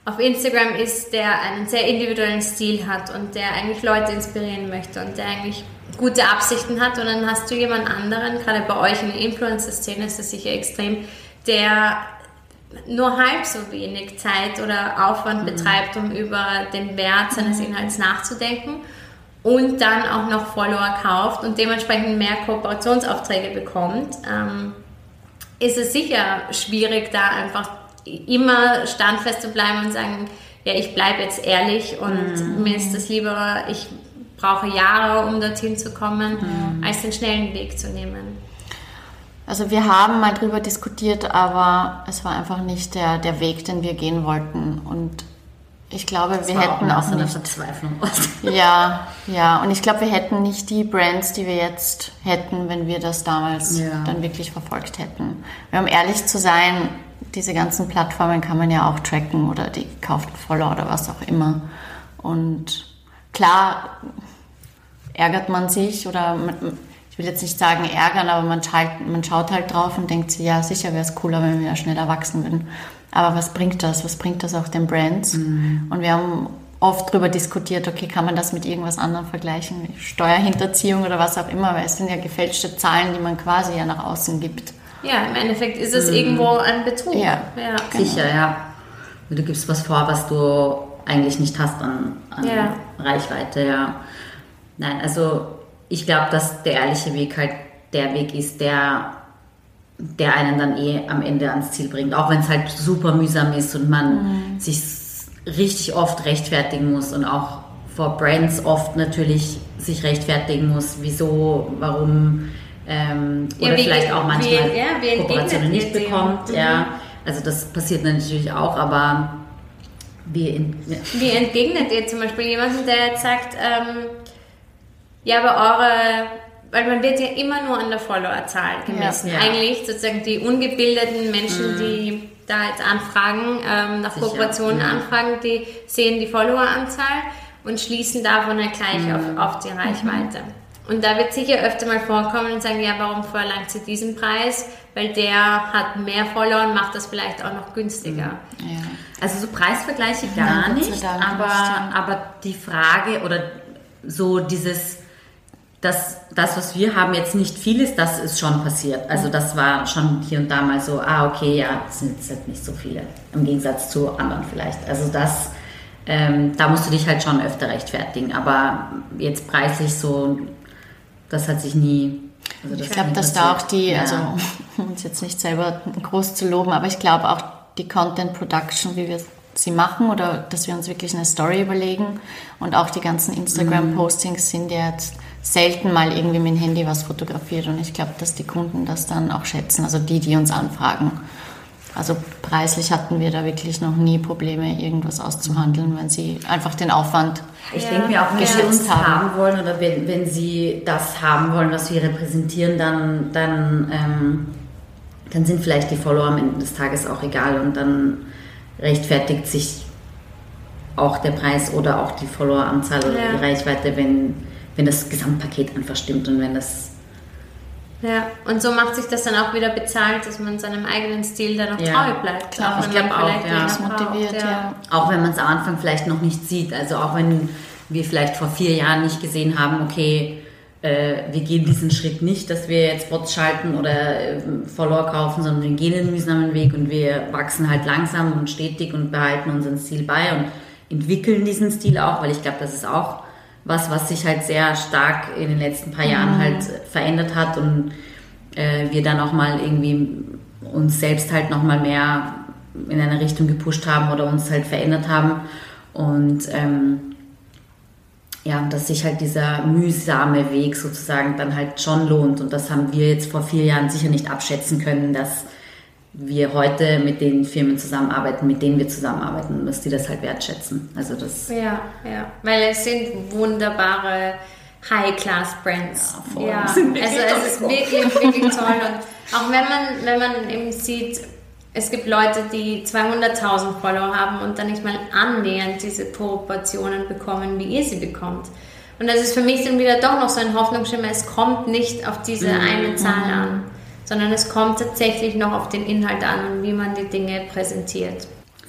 auf Instagram ist, der einen sehr individuellen Stil hat und der eigentlich Leute inspirieren möchte und der eigentlich gute Absichten hat. Und dann hast du jemand anderen, gerade bei euch in der Influencer-Szene ist das sicher extrem, der nur halb so wenig Zeit oder Aufwand mhm. betreibt, um über den Wert seines Inhalts nachzudenken und dann auch noch Follower kauft und dementsprechend mehr Kooperationsaufträge bekommt, ähm, ist es sicher schwierig, da einfach immer standfest zu bleiben und sagen, ja, ich bleibe jetzt ehrlich und mhm. mir ist das lieber, ich brauche Jahre, um dorthin zu kommen, mhm. als den schnellen Weg zu nehmen. Also wir haben mal drüber diskutiert, aber es war einfach nicht der, der Weg, den wir gehen wollten. Und ich glaube, das wir hätten auch, auch nicht... Verzweiflung. Ja, ja. Und ich glaube, wir hätten nicht die Brands, die wir jetzt hätten, wenn wir das damals ja. dann wirklich verfolgt hätten. Weil um ehrlich zu sein, diese ganzen Plattformen kann man ja auch tracken oder die gekauften Follower oder was auch immer. Und klar ärgert man sich oder... Man, ich will jetzt nicht sagen ärgern, aber man schaut, man schaut halt drauf und denkt sich, ja, sicher wäre es cooler, wenn wir ja schnell erwachsen würden. Aber was bringt das? Was bringt das auch den Brands? Mhm. Und wir haben oft darüber diskutiert, okay, kann man das mit irgendwas anderem vergleichen, wie Steuerhinterziehung oder was auch immer, weil es sind ja gefälschte Zahlen, die man quasi ja nach außen gibt. Ja, im Endeffekt ist es mhm. irgendwo ein Betrug. Ja, ja. Genau. Sicher, ja. Du gibst was vor, was du eigentlich nicht hast an, an ja. Reichweite, ja. Nein, also... Ich glaube, dass der ehrliche Weg halt der Weg ist, der, der einen dann eh am Ende ans Ziel bringt. Auch wenn es halt super mühsam ist und man mhm. sich richtig oft rechtfertigen muss und auch vor Brands oft natürlich sich rechtfertigen muss, wieso, warum ähm, oder ja, vielleicht auch manchmal wie, ja, wie Kooperationen nicht bekommt. Mhm. Ja, also das passiert natürlich auch, aber wie, in, ja. wie entgegnet ihr zum Beispiel jemanden, der jetzt sagt, ähm, ja, aber eure, weil man wird ja immer nur an der Followerzahl gemessen. Ja, ja. Eigentlich sozusagen die ungebildeten Menschen, mhm. die da jetzt anfragen, ähm, nach Sicher, Kooperationen ja. anfragen, die sehen die Followeranzahl und schließen davon halt gleich mhm. auf, auf die Reichweite. Mhm. Und da wird sicher öfter mal vorkommen und sagen, ja, warum verlangt sie diesen Preis? Weil der hat mehr Follower und macht das vielleicht auch noch günstiger. Ja. Also so Preisvergleiche gar ja, nicht, aber, aber die Frage oder so dieses... Das, das, was wir haben, jetzt nicht viel ist, das ist schon passiert. Also das war schon hier und da mal so, ah okay, ja, das sind jetzt nicht so viele, im Gegensatz zu anderen vielleicht. Also das, ähm, da musst du dich halt schon öfter rechtfertigen. Aber jetzt preislich so, das hat sich nie... Also das ich glaube, dass da auch die, ja. also um uns jetzt nicht selber groß zu loben, aber ich glaube auch die Content Production, wie wir sie machen oder dass wir uns wirklich eine Story überlegen und auch die ganzen Instagram-Postings sind ja jetzt selten mal irgendwie mit dem Handy was fotografiert und ich glaube, dass die Kunden das dann auch schätzen, also die, die uns anfragen. Also preislich hatten wir da wirklich noch nie Probleme, irgendwas auszuhandeln, wenn sie einfach den Aufwand Ich ja. denke mir auch, wenn sie uns haben. haben wollen oder wenn, wenn sie das haben wollen, was wir repräsentieren, dann, dann, ähm, dann sind vielleicht die Follower am Ende des Tages auch egal und dann rechtfertigt sich auch der Preis oder auch die Followeranzahl oder ja. die Reichweite, wenn, wenn das Gesamtpaket einfach stimmt und wenn das... Ja, und so macht sich das dann auch wieder bezahlt, dass man seinem eigenen Stil dann auch ja. treu bleibt. Klar, auch ich glaube auch, ja. das motiviert, braucht, ja. ja. Auch wenn man es am Anfang vielleicht noch nicht sieht, also auch wenn wir vielleicht vor vier Jahren nicht gesehen haben, okay, äh, wir gehen diesen Schritt nicht, dass wir jetzt Bots schalten oder äh, Follower kaufen, sondern wir gehen den mühsamen Weg und wir wachsen halt langsam und stetig und behalten unseren Stil bei und entwickeln diesen Stil auch, weil ich glaube, das ist auch was, was sich halt sehr stark in den letzten paar Jahren mhm. halt verändert hat und äh, wir dann auch mal irgendwie uns selbst halt noch mal mehr in eine Richtung gepusht haben oder uns halt verändert haben und ähm, ja, dass sich halt dieser mühsame Weg sozusagen dann halt schon lohnt und das haben wir jetzt vor vier Jahren sicher nicht abschätzen können, dass wir heute mit den Firmen zusammenarbeiten, mit denen wir zusammenarbeiten und dass die das halt wertschätzen. Also das ja, ja, weil es sind wunderbare High-Class-Brands. Ja, voll. Ja, also es ist wirklich, wirklich toll und auch wenn man, wenn man eben sieht, es gibt Leute, die zweihunderttausend Follower haben und dann nicht mal annähernd diese Proportionen bekommen, wie ihr sie bekommt. Und das ist für mich dann wieder doch noch so ein Hoffnungsschimmer, es kommt nicht auf diese mhm. eine Zahl an, sondern es kommt tatsächlich noch auf den Inhalt an und wie man die Dinge präsentiert.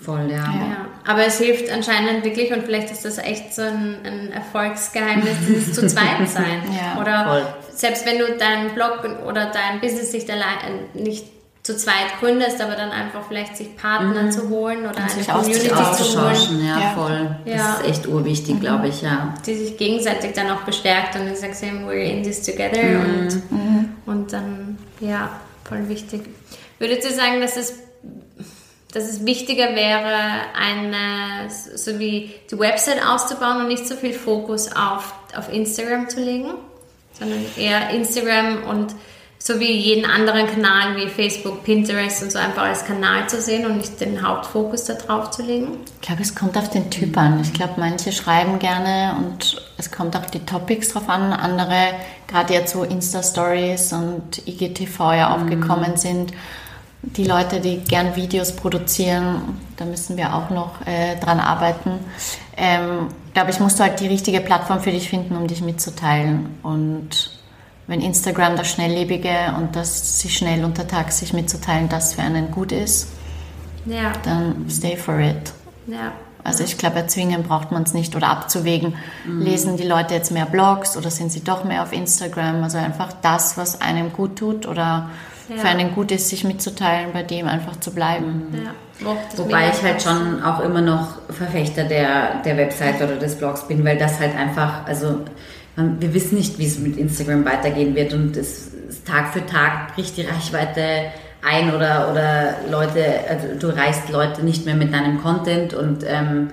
Voll, ja. ja. Aber es hilft anscheinend wirklich, und vielleicht ist das echt so ein, ein Erfolgsgeheimnis, dieses zu zweit sein. Ja, oder voll. Selbst wenn du deinen Blog oder dein Business nicht allein, nicht zu zweit gründest, aber dann einfach vielleicht sich Partner mhm. zu holen oder und eine sich Community zu holen. Ja, ja, voll. Ja. Das ist echt urwichtig, mhm. glaube ich, ja. Die sich gegenseitig dann auch bestärkt und sagt, we're in this together mhm. und, mhm. und dann, ja, voll wichtig. Würdet ihr sagen, dass es, dass es wichtiger wäre, eine, so wie die Website auszubauen und nicht so viel Fokus auf, auf Instagram zu legen, sondern eher Instagram und so wie jeden anderen Kanal wie Facebook, Pinterest und so einfach als Kanal zu sehen und nicht den Hauptfokus da drauf zu legen? Ich glaube, es kommt auf den Typ an. Ich glaube, manche schreiben gerne und es kommt auf die Topics drauf an. Andere, gerade jetzt wo Insta-Stories und I G T V ja mhm. aufgekommen sind, die Leute, die gern Videos produzieren, da müssen wir auch noch äh, dran arbeiten. Ähm, ich glaube, ich musst du halt die richtige Plattform für dich finden, um dich mitzuteilen. Und wenn Instagram das Schnelllebige und das sich schnell untertags sich mitzuteilen, das für einen gut ist, ja. dann stay for it. Ja. Also ich glaube, erzwingen braucht man es nicht oder abzuwägen. Mhm. Lesen die Leute jetzt mehr Blogs oder sind sie doch mehr auf Instagram? Also einfach das, was einem gut tut oder ja. für einen gut ist, sich mitzuteilen, bei dem einfach zu bleiben. Ja. Oh, Wobei ich halt schon auch immer noch Verfechter der, der Website oder des Blogs bin, weil das halt einfach, also wir wissen nicht, wie es mit Instagram weitergehen wird und es, es Tag für Tag bricht die Reichweite ein oder, oder Leute, also du erreichst Leute nicht mehr mit deinem Content und ähm,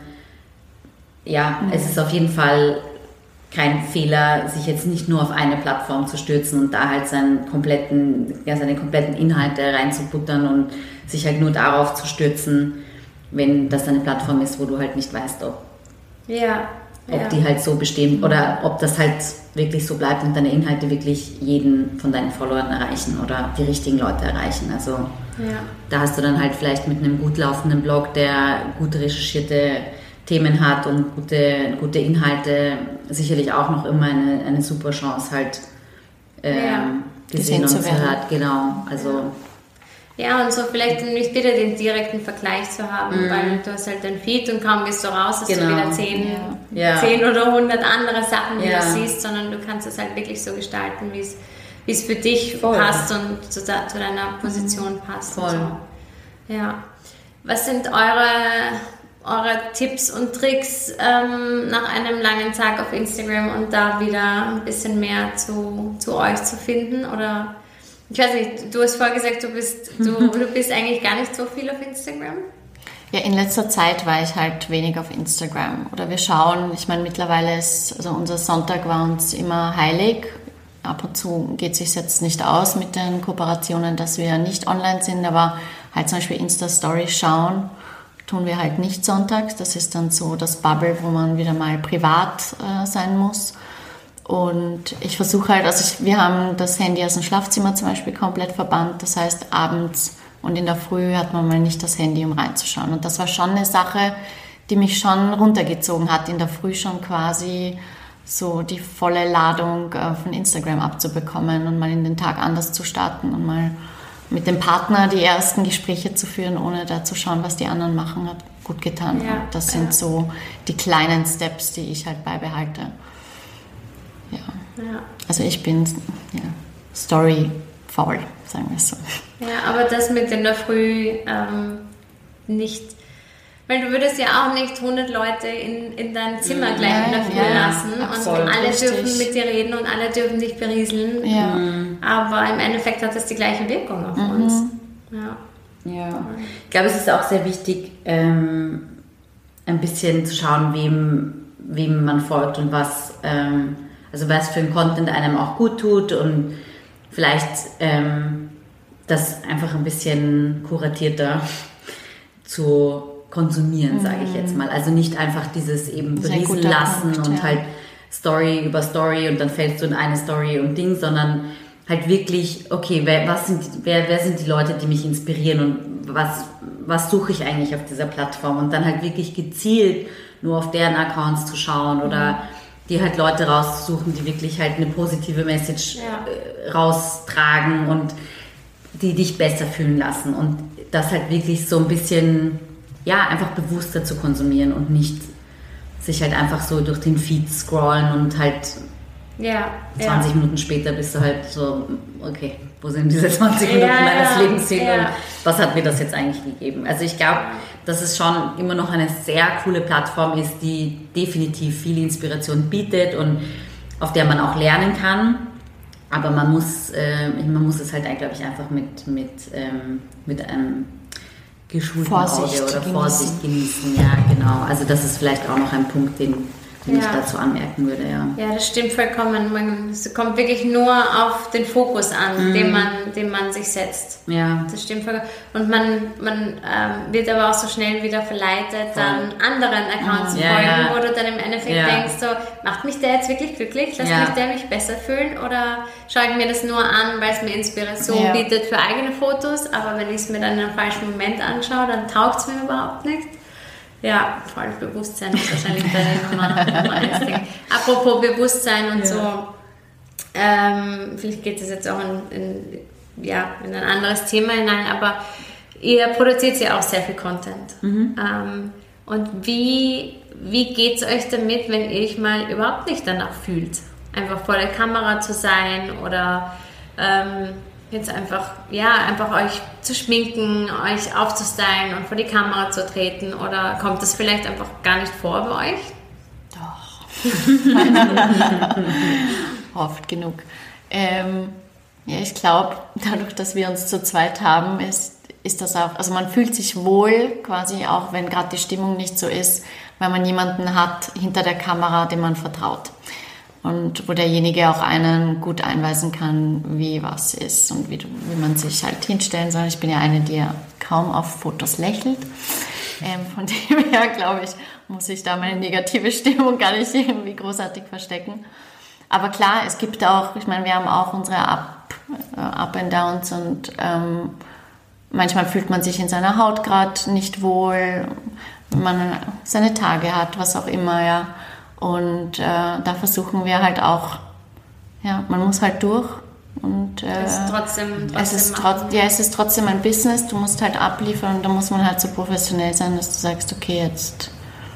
ja, mhm. es ist auf jeden Fall kein Fehler, sich jetzt nicht nur auf eine Plattform zu stürzen und da halt seinen kompletten, ja, seine kompletten Inhalte reinzubuttern und sich halt nur darauf zu stürzen, wenn das eine Plattform ist, wo du halt nicht weißt, ob ja. ob ja. die halt so bestehen oder ob das halt wirklich so bleibt und deine Inhalte wirklich jeden von deinen Followern erreichen oder die richtigen Leute erreichen. Also ja. da hast du dann halt vielleicht mit einem gut laufenden Blog, der gut recherchierte Themen hat und gute, gute Inhalte, sicherlich auch noch immer eine, eine super Chance halt ähm, ja. gesehen und gehört. Genau, also... Ja, und so vielleicht nicht wieder den direkten Vergleich zu haben, mhm. weil du hast halt dein Feed und kaum gehst du raus, hast genau. du wieder zehn, ja. zehn oder hundert andere Sachen, die ja. du siehst, sondern du kannst es halt wirklich so gestalten, wie es, wie es für dich Voll. passt und zu, zu deiner Position mhm. passt. Voll. Und so. Ja. Was sind eure, eure Tipps und Tricks ähm, nach einem langen Tag auf Instagram und da wieder ein bisschen mehr zu, zu euch zu finden? Oder ich weiß nicht, du hast vorher gesagt, du bist, du, du bist eigentlich gar nicht so viel auf Instagram? Ja, in letzter Zeit war ich halt wenig auf Instagram. Oder wir schauen, ich meine, mittlerweile ist, also unser Sonntag war uns immer heilig. Ab und zu geht es sich jetzt nicht aus mit den Kooperationen, dass wir nicht online sind, aber halt zum Beispiel Insta-Stories schauen, tun wir halt nicht sonntags. Das ist dann so das Bubble, wo man wieder mal privat äh, sein muss. Und ich versuche halt, also ich, wir haben das Handy aus dem Schlafzimmer zum Beispiel komplett verbannt. Das heißt, abends und in der Früh hat man mal nicht das Handy, um reinzuschauen. Und das war schon eine Sache, die mich schon runtergezogen hat, in der Früh schon quasi so die volle Ladung von Instagram abzubekommen und mal in den Tag anders zu starten und mal mit dem Partner die ersten Gespräche zu führen, ohne da zu schauen, was die anderen machen, hat gut getan. Ja, und das sind ja. so die kleinen Steps, die ich halt beibehalte. Ja. Ja. Also ich bin ja, Story-faul, sagen wir es so. Ja, aber das mit in der Früh ähm, nicht, weil du würdest ja auch nicht hundert Leute in, in dein Zimmer gleich ja, in der Früh ja, lassen absolut, und alle richtig. dürfen mit dir reden und alle dürfen dich berieseln. Ja. Aber im Endeffekt hat das die gleiche Wirkung auf mhm. uns. Ja. Ja. Ich glaube, es ist auch sehr wichtig, ähm, ein bisschen zu schauen, wem, wem man folgt und was... Ähm, Also was für ein Content einem auch gut tut und vielleicht ähm, das einfach ein bisschen kuratierter zu konsumieren, mhm. sage ich jetzt mal. Also nicht einfach dieses eben berieseln lassen Punkt, und ja. halt Story über Story und dann fällst du in eine Story und Ding, sondern halt wirklich, okay, wer, was sind, wer, wer sind die Leute, die mich inspirieren und was, was suche ich eigentlich auf dieser Plattform und dann halt wirklich gezielt nur auf deren Accounts zu schauen oder mhm. die halt Leute raussuchen, die wirklich halt eine positive Message ja. äh, raustragen und die dich besser fühlen lassen und das halt wirklich so ein bisschen ja, einfach bewusster zu konsumieren und nicht sich halt einfach so durch den Feed scrollen und halt ja, zwanzig ja. Minuten später bist du halt so, okay, wo sind diese zwanzig Minuten ja, meines ja, Lebens hin ja. und was hat mir das jetzt eigentlich gegeben? Also ich glaube, dass es schon immer noch eine sehr coole Plattform ist, die definitiv viel Inspiration bietet und auf der man auch lernen kann. Aber man muss, äh, man muss es halt, glaube ich, einfach mit, mit, ähm, mit einem geschulten Vorsicht Auge oder genießen. Vorsicht genießen. Ja, genau. Also das ist vielleicht auch noch ein Punkt, den, den Ja. ich dazu anmerken würde. Ja, Ja, das stimmt vollkommen. Man, es kommt wirklich nur auf den Fokus an, Mhm. den, man, den man sich setzt. ja. Das stimmt vollkommen. Und man, man ähm, wird aber auch so schnell wieder verleitet, dann anderen Accounts zu Ja, folgen, ja. wo du dann im Endeffekt Ja. denkst, so, macht mich der jetzt wirklich glücklich? Lässt Ja. mich der mich besser fühlen? Oder schaue ich mir das nur an, weil es mir Inspiration Ja. bietet für eigene Fotos, aber wenn ich es mir dann in einem falschen Moment anschaue, dann taugt es mir überhaupt nicht. Ja, volles Bewusstsein ist wahrscheinlich bei der Nummer, Nummer eins Ding. Apropos Bewusstsein und Ja. so, ähm, vielleicht geht es jetzt auch in, in, ja, in ein anderes Thema hinein, aber ihr produziert ja auch sehr viel Content. Ähm, und wie, wie geht es euch damit, wenn ihr euch mal überhaupt nicht danach fühlt, einfach vor der Kamera zu sein oder ähm, jetzt einfach, ja, einfach euch zu schminken, euch aufzustylen und vor die Kamera zu treten, oder kommt das vielleicht einfach gar nicht vor bei euch? Doch. Oft genug. Ähm, ja, ich glaube, dadurch, dass wir uns zu zweit haben, ist, ist das auch, also man fühlt sich wohl quasi auch, wenn gerade die Stimmung nicht so ist, weil man jemanden hat hinter der Kamera, dem man vertraut. Und wo derjenige auch einen gut einweisen kann, wie was ist und wie, wie man sich halt hinstellen soll. Ich bin ja eine, die ja kaum auf Fotos lächelt. Ähm, von dem her, glaube ich, muss ich da meine negative Stimmung gar nicht irgendwie großartig verstecken. Aber klar, es gibt auch, ich meine, wir haben auch unsere Up, äh, Up and Downs und ähm, manchmal fühlt man sich in seiner Haut gerade nicht wohl, wenn man seine Tage hat, was auch immer, ja. Und äh, da versuchen wir halt auch, ja, man muss halt durch. Und, äh, Es ist trotzdem, trotzdem es ist machen. trotz, ja, es ist trotzdem ein Business, du musst halt abliefern und da muss man halt so professionell sein, dass du sagst, okay, jetzt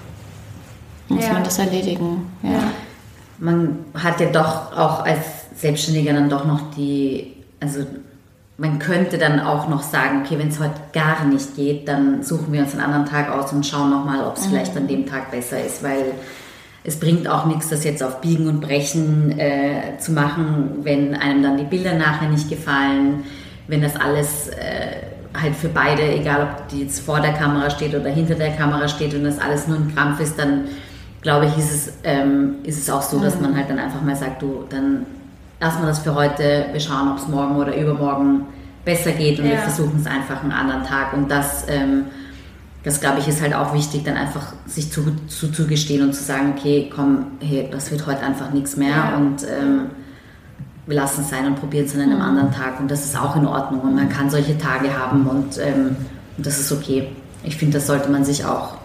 muss Ja. man das erledigen. Ja. Ja. Man hat ja doch auch als Selbstständiger dann doch noch die, also man könnte dann auch noch sagen, okay, wenn es heute gar nicht geht, dann suchen wir uns einen anderen Tag aus und schauen nochmal, ob es mhm. vielleicht an dem Tag besser ist, weil es bringt auch nichts, das jetzt auf Biegen und Brechen äh, zu machen, wenn einem dann die Bilder nachher nicht gefallen, wenn das alles äh, halt für beide, egal ob die jetzt vor der Kamera steht oder hinter der Kamera steht und das alles nur ein Krampf ist, dann glaube ich, ist es, ähm, ist es auch so, dass man halt dann einfach mal sagt, du, dann lassen wir das für heute, wir schauen, ob es morgen oder übermorgen besser geht und Ja. wir versuchen es einfach einen anderen Tag. Und das, ähm, das glaube ich, ist halt auch wichtig, dann einfach sich zu, zu, zugestehen und zu sagen, okay, komm, hey, das wird heute einfach nichts mehr Ja. und ähm, wir lassen es sein und probieren es an einem anderen Tag. Und das ist auch in Ordnung und man kann solche Tage haben und, ähm, und das ist okay. Ich finde, das sollte man sich auch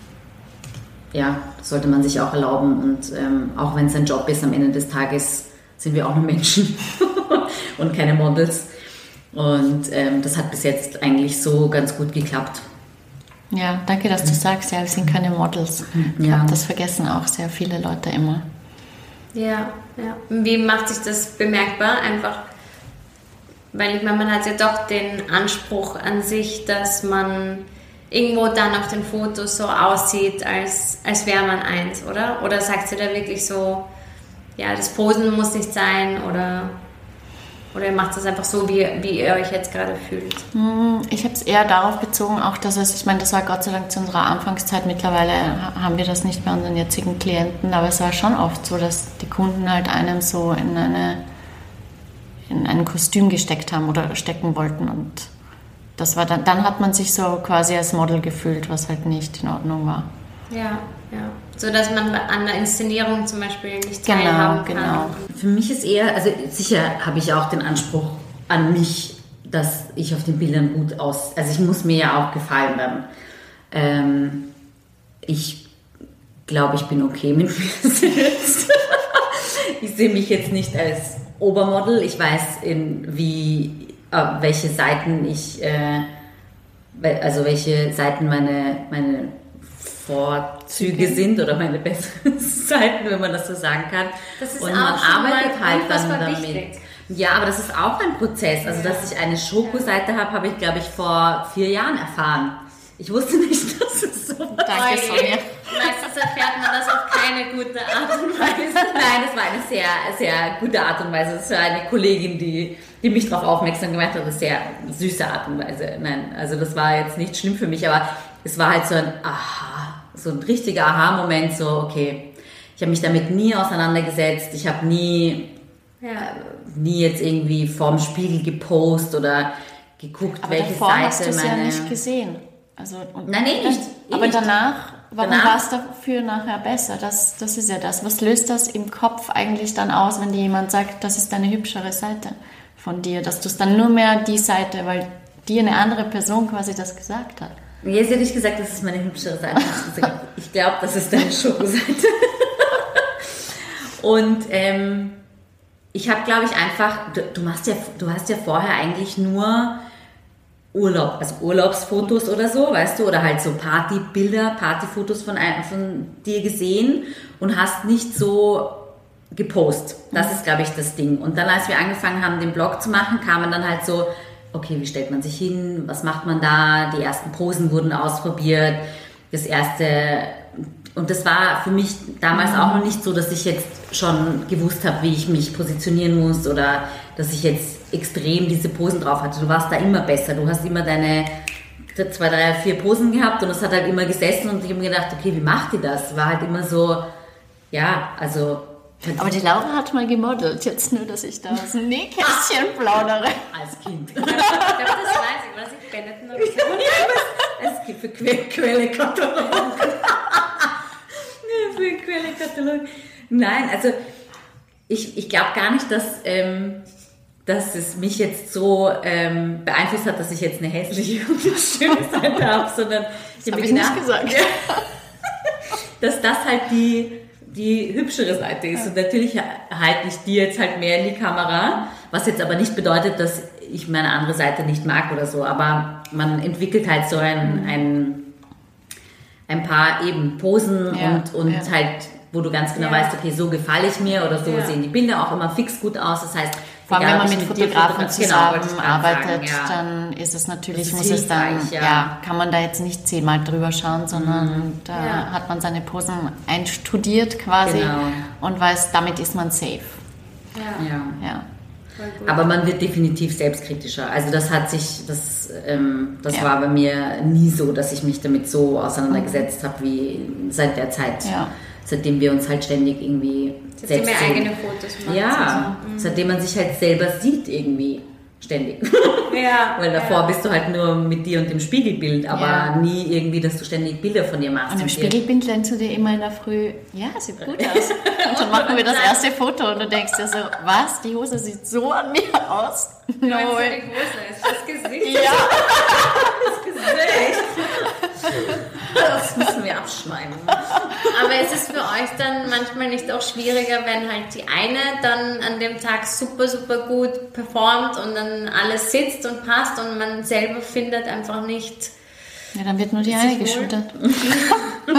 ja, das sollte man sich auch erlauben und ähm, auch wenn es ein Job ist, am Ende des Tages sind wir auch nur Menschen und keine Models und ähm, das hat bis jetzt eigentlich so ganz gut geklappt. Ja, danke, dass du sagst, ja, wir sind keine Models. Ich Ja. glaube, das vergessen auch sehr viele Leute immer. Ja, ja. Wie macht sich das bemerkbar? Einfach, weil ich meine, man hat ja doch den Anspruch an sich, dass man irgendwo dann auf den Fotos so aussieht, als, als wäre man eins, oder? Oder sagt ihr da wirklich so, ja, das Posen muss nicht sein, oder, oder ihr macht das einfach so, wie, wie ihr euch jetzt gerade fühlt? Ich habe es eher darauf bezogen, auch dass es, ich meine, das war Gott sei Dank zu unserer Anfangszeit, mittlerweile haben wir das nicht bei unseren jetzigen Klienten, aber es war schon oft so, dass die Kunden halt einem so in eine in ein Kostüm gesteckt haben oder stecken wollten und das war dann, dann hat man sich so quasi als Model gefühlt, was halt nicht in Ordnung war. Ja, ja. So, dass man an der Inszenierung zum Beispiel nicht Genau, teilhaben kann. genau. Für mich ist eher, also sicher habe ich auch den Anspruch an mich, dass ich auf den Bildern gut aus, also ich muss mir ja auch gefallen dann. Ähm, ich glaube, ich bin okay mit mir selbst. Ich sehe mich jetzt nicht als Obermodel. Ich weiß, in wie, äh, welche Seiten ich äh, also welche Seiten meine, meine Vorzüge okay. sind oder meine besseren Seiten, wenn man das so sagen kann. Das ist und auch man arbeitet halt dann damit. Wichtig. Ja, aber das ist auch ein Prozess. Also, dass ich eine Schokoseite habe, habe ich, glaube ich, vor vier Jahren erfahren. Ich wusste nicht, dass es so war. Danke, Sonja. Meistens erfährt man das auf keine gute Art und Weise. Nein, das war eine sehr, sehr gute Art und Weise. Das war eine Kollegin, die, die mich darauf aufmerksam gemacht hat. Eine sehr süße Art und Weise. Nein, also das war jetzt nicht schlimm für mich, aber es war halt so ein Aha, so ein richtiger Aha-Moment. So, okay, ich habe mich damit nie auseinandergesetzt. Ich habe nie... Ja. nie jetzt irgendwie vorm Spiegel gepostet oder geguckt, aber welche davor Seite hast du es meine... ja nicht gesehen. Also, und Nein, nee, nicht. Aber nicht. danach, warum danach, war es dafür nachher besser? Das, das ist ja das. Was löst das im Kopf eigentlich dann aus, wenn dir jemand sagt, das ist eine hübschere Seite von dir? Dass du es dann nur mehr die Seite, weil dir eine andere Person quasi das gesagt hat. Nee, sie hat nicht gesagt, das ist meine hübschere Seite. Ich glaube, das ist deine Schokoseite. Und ähm, ich habe, glaube ich, einfach, du, du, machst ja, du hast ja vorher eigentlich nur Urlaub, also Urlaubsfotos oder so, weißt du, oder halt so Partybilder, Partyfotos von, von dir gesehen und hast nicht so gepostet. Das ist, glaube ich, das Ding. Und dann, als wir angefangen haben, den Blog zu machen, kamen dann halt so, okay, wie stellt man sich hin, was macht man da, die ersten Posen wurden ausprobiert, das erste... Und das war für mich damals auch noch nicht so, dass ich jetzt schon gewusst habe, wie ich mich positionieren muss oder dass ich jetzt extrem diese Posen drauf hatte. Du warst da immer besser. Du hast immer deine zwei, drei, vier Posen gehabt und es hat halt immer gesessen und ich habe mir gedacht, okay, wie macht die das? War halt immer so, ja, also... Aber die Laura hat mal gemodelt, jetzt nur, dass ich da aus dem Nähkästchen plaudere. Als Kind. Ich glaube, das weiß ich, was ich Benetton habe. Es gibt für Quellekatalog. Für Quellekatalog. Nein, also ich, ich glaube gar nicht, dass, ähm, dass es mich jetzt so ähm, beeinflusst hat, dass ich jetzt eine hässliche und eine schöne Seite habe, sondern ich habe hab ich nicht gesagt. Dass das halt die, die hübschere Seite ist. Und natürlich halte ich die jetzt halt mehr in die Kamera, was jetzt aber nicht bedeutet, dass ich meine andere Seite nicht mag oder so, aber man entwickelt halt so ein, ein, ein paar eben Posen ja, und, und ja. halt, wo du ganz genau ja. weißt, okay, so gefalle ich mir oder so ja. sehen die Bilder auch immer fix gut aus, das heißt, vor allem, wenn man mit, mit Fotografen zusammenarbeitet, genau, ja. dann ist es natürlich, ist muss es dann, ja. ja, kann man da jetzt nicht zehnmal drüber schauen, sondern mhm. da ja. hat man seine Posen einstudiert quasi genau. und weiß, damit ist man safe. Ja. ja. ja. Aber man wird definitiv selbstkritischer. Also das hat sich, das, ähm, das ja. war bei mir nie so, dass ich mich damit so auseinandergesetzt mhm. habe wie seit der Zeit. Ja. Seitdem wir uns halt ständig irgendwie seitdem selbst sehen. Eigene Fotos machen. Ja, so. mhm. seitdem man sich halt selber sieht irgendwie ständig. Ja. Weil davor ja. bist du halt nur mit dir und dem Spiegelbild, aber ja. nie irgendwie, dass du ständig Bilder von dir machst. Und im Spiegelbild lernst du dir immer in der Früh, ja, sieht gut aus. Und dann machen wir das erste Foto und du denkst dir so, was, die Hose sieht so an mir aus? No way. Die Hose ist das Gesicht. Ja. Das Gesicht. Das müssen wir abschneiden. Aber es ist für euch dann manchmal nicht auch schwieriger, wenn halt die eine dann an dem Tag super, super gut performt und dann alles sitzt und passt und man selber findet einfach nicht... Ja, dann wird nur die eine geschudert. Wenn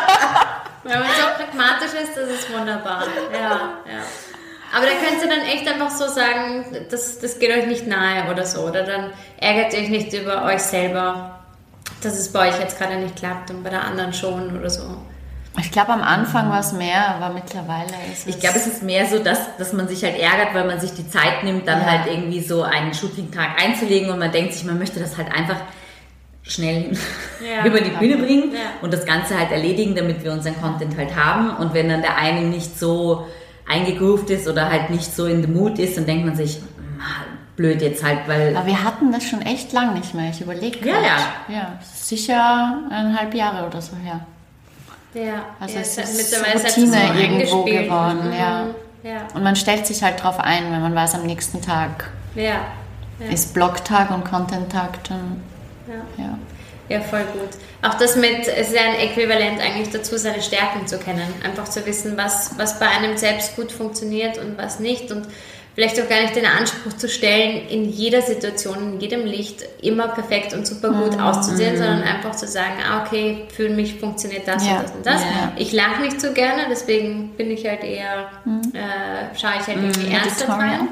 man so pragmatisch ist, das ist wunderbar. Ja, ja. Aber da könnt ihr dann echt einfach so sagen, das, das geht euch nicht nahe oder so. Oder dann ärgert ihr euch nicht über euch selber, dass es bei euch jetzt gerade nicht klappt und bei der anderen schon oder so. Ich glaube, am Anfang war es mehr, aber mittlerweile ist es... Ich glaube, es ist mehr so, dass, dass man sich halt ärgert, weil man sich die Zeit nimmt, dann ja. halt irgendwie so einen Shooting-Tag einzulegen und man denkt sich, man möchte das halt einfach schnell ja, über die Bühne bringen ja. und das Ganze halt erledigen, damit wir unseren Content halt haben. Und wenn dann der eine nicht so eingegroovt ist oder halt nicht so in the mood ist, dann denkt man sich, blöd jetzt halt, weil... Aber wir hatten das schon echt lang nicht mehr. Ich überlege gerade. Ja, ja. Ja, sicher eineinhalb Jahre oder so her. Ja, also ja, es ist mittlerweile Routine so irgendwo geworden. Mhm. Ja. Ja. Und man stellt sich halt drauf ein, wenn man weiß, am nächsten Tag ja. Ja. ist Blogtag und Content-Tag, dann... Ja. Ja. Ja, voll gut. Auch das mit, es ist ja ein Äquivalent eigentlich dazu, seine Stärken zu kennen. Einfach zu wissen, was, was bei einem selbst gut funktioniert und was nicht. Und vielleicht auch gar nicht den Anspruch zu stellen, in jeder Situation, in jedem Licht immer perfekt und super gut mm. auszusehen, mm. sondern einfach zu sagen, ah, okay, für mich funktioniert das ja. und das und das. Ja. Ich lache nicht so gerne, deswegen bin ich halt eher, mm. äh, schaue ich halt irgendwie mm. ernster rein.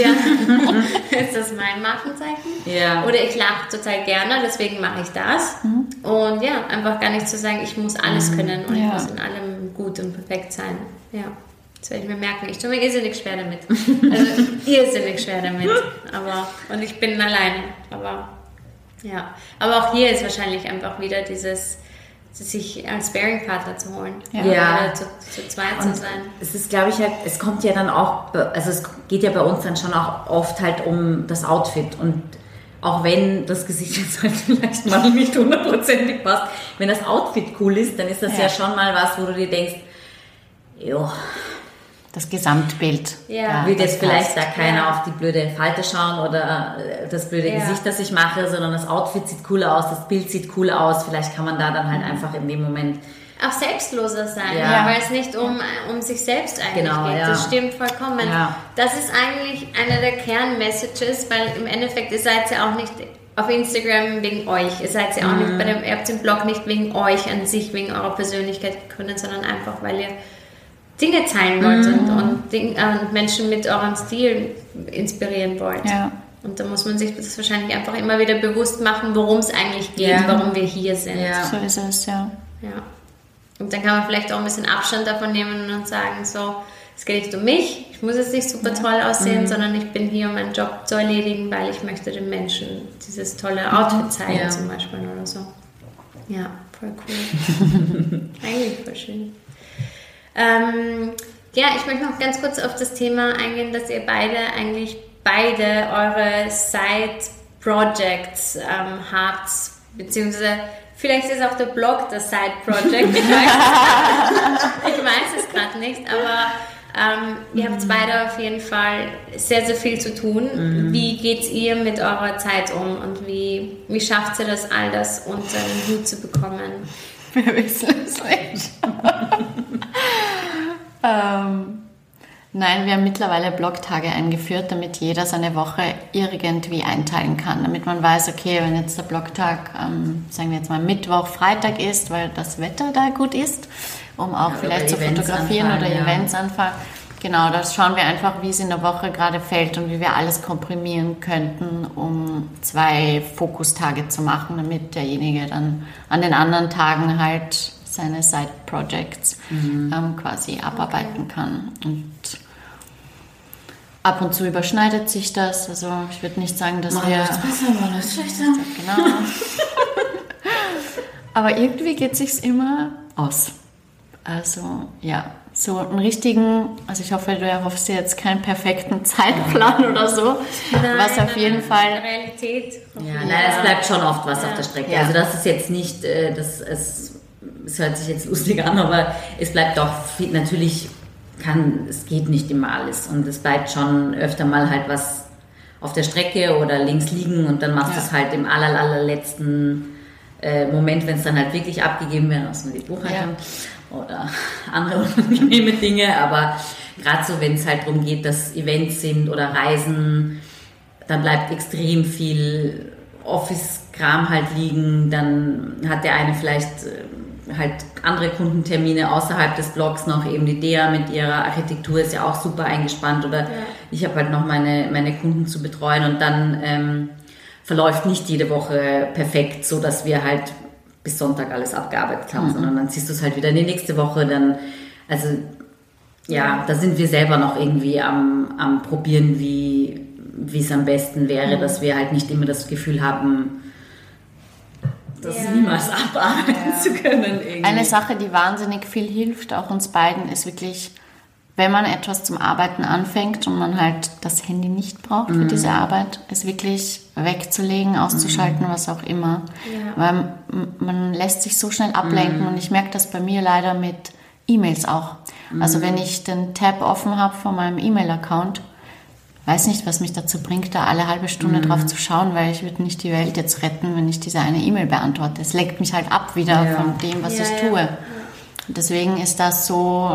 Ja. Ist das mein Markenzeichen? Ja. Oder ich lache total gerne, deswegen mache ich das. Mm. Und ja, einfach gar nicht zu sagen, ich muss alles können und ja. ich muss in allem gut und perfekt sein. Ja. Das werde ich mir merken. Ich tue mir irrsinnig schwer damit. Also irrsinnig schwer damit. Aber, und ich bin alleine. Aber ja. Aber auch hier ist wahrscheinlich einfach wieder dieses, sich als Sparing-Partner zu holen. Ja. ja. Zu, zu zweit und zu sein. Es ist, glaube ich, halt, es kommt ja dann auch, also es geht ja bei uns dann schon auch oft halt um das Outfit. Und auch wenn das Gesicht jetzt halt vielleicht mal nicht hundertprozentig passt, wenn das Outfit cool ist, dann ist das ja, ja schon mal was, wo du dir denkst, jo, das Gesamtbild. Ja. Ja, wird jetzt vielleicht da keiner ja. auf die blöde Falte schauen oder das blöde ja. Gesicht, das ich mache, sondern das Outfit sieht cool aus, das Bild sieht cool aus. Vielleicht kann man da dann halt einfach in dem Moment auch selbstloser sein, ja. weil es nicht um, um sich selbst eigentlich genau, geht. Ja. Das stimmt vollkommen. Ja. Das ist eigentlich eine der Kernmessages, weil im Endeffekt, ihr seid ja auch nicht auf Instagram wegen euch. Ihr seid ja auch mhm. nicht bei dem, ihr habt den Blog nicht wegen euch an sich, wegen eurer Persönlichkeit gegründet, sondern einfach, weil ihr Dinge teilen wollt mhm. und, und, Ding, und Menschen mit eurem Stil inspirieren wollt. Ja. Und da muss man sich das wahrscheinlich einfach immer wieder bewusst machen, worum es eigentlich geht, ja. warum wir hier sind. Ja. So ist es, ja. ja. Und dann kann man vielleicht auch ein bisschen Abstand davon nehmen und sagen, so, es geht nicht um mich, ich muss jetzt nicht super ja. toll aussehen, mhm. sondern ich bin hier, um meinen Job zu erledigen, weil ich möchte den Menschen dieses tolle Outfit zeigen ja. zum Beispiel oder so. Ja, voll cool. Eigentlich voll schön. Ähm, ja, ich möchte noch ganz kurz auf das Thema eingehen, dass ihr beide eigentlich beide eure Side-Projects ähm, habt, beziehungsweise vielleicht ist auch der Blog das Side-Project, ich weiß, ich weiß es gerade nicht, aber ähm, ihr habt beide auf jeden Fall sehr, sehr viel zu tun. Mhm. Wie geht ihr mit eurer Zeit um und wie, wie schafft ihr das, all das unter den Hut zu bekommen? Wir wissen es nicht. ähm, nein, wir haben mittlerweile Blogtage eingeführt, damit jeder seine Woche irgendwie einteilen kann. Damit man weiß, okay, wenn jetzt der Blogtag, ähm, sagen wir jetzt mal Mittwoch, Freitag ist, weil das Wetter da gut ist, um auch ja, vielleicht zu fotografieren oder ja. Events anfangen. Genau, da schauen wir einfach, wie es in der Woche gerade fällt und wie wir alles komprimieren könnten, um zwei Fokustage zu machen, damit derjenige dann an den anderen Tagen halt seine Side-Projects mhm. ähm, quasi abarbeiten okay. kann. Und ab und zu überschneidet sich das. Also ich würde nicht sagen, dass mal wir... Mal besser, mal das schlechter. Genau. Aber irgendwie geht es sich immer aus. Also ja, so einen richtigen, also ich hoffe, du erhoffst dir jetzt keinen perfekten Zeitplan oder so, nein, was auf nein, jeden nein, Fall... Realität. Ja, nein, es bleibt schon oft was ja. auf der Strecke. Ja. Also das ist jetzt nicht, das, es, es hört sich jetzt lustig an, aber es bleibt doch viel, natürlich kann, es geht nicht immer alles und es bleibt schon öfter mal halt was auf der Strecke oder links liegen und dann machst du ja. es halt im aller, allerletzten äh, Moment, wenn es dann halt wirklich abgegeben wird, aus dem Buchhaltung. Ja. Oder andere unangenehme Dinge, aber gerade so, wenn es halt darum geht, dass Events sind oder Reisen, dann bleibt extrem viel Office-Kram halt liegen, dann hat der eine vielleicht halt andere Kundentermine außerhalb des Blogs noch, eben die Dea mit ihrer Architektur ist ja auch super eingespannt oder ja. ich habe halt noch meine, meine Kunden zu betreuen und dann ähm, verläuft nicht jede Woche perfekt, so dass wir halt bis Sonntag alles abgearbeitet haben, mhm. sondern dann ziehst du es halt wieder in die nächste Woche, dann, also ja, da sind wir selber noch irgendwie am, am probieren, wie wie es am besten wäre, mhm. dass wir halt nicht immer das Gefühl haben, das ja. niemals abarbeiten ja. zu können. Irgendwie. Eine Sache, die wahnsinnig viel hilft, auch uns beiden, ist wirklich, wenn man etwas zum Arbeiten anfängt und man halt das Handy nicht braucht mhm. für diese Arbeit, es wirklich wegzulegen, auszuschalten, mhm. was auch immer. Ja. Weil man lässt sich so schnell ablenken mhm. und ich merke das bei mir leider mit E-Mails auch. Mhm. Also wenn ich den Tab offen habe von meinem E-Mail-Account, weiß nicht, was mich dazu bringt, da alle halbe Stunde mhm. drauf zu schauen, weil ich würde nicht die Welt jetzt retten, wenn ich diese eine E-Mail beantworte. Es lenkt mich halt ab wieder ja. von dem, was ja, ich tue. Ja. Und deswegen ist das so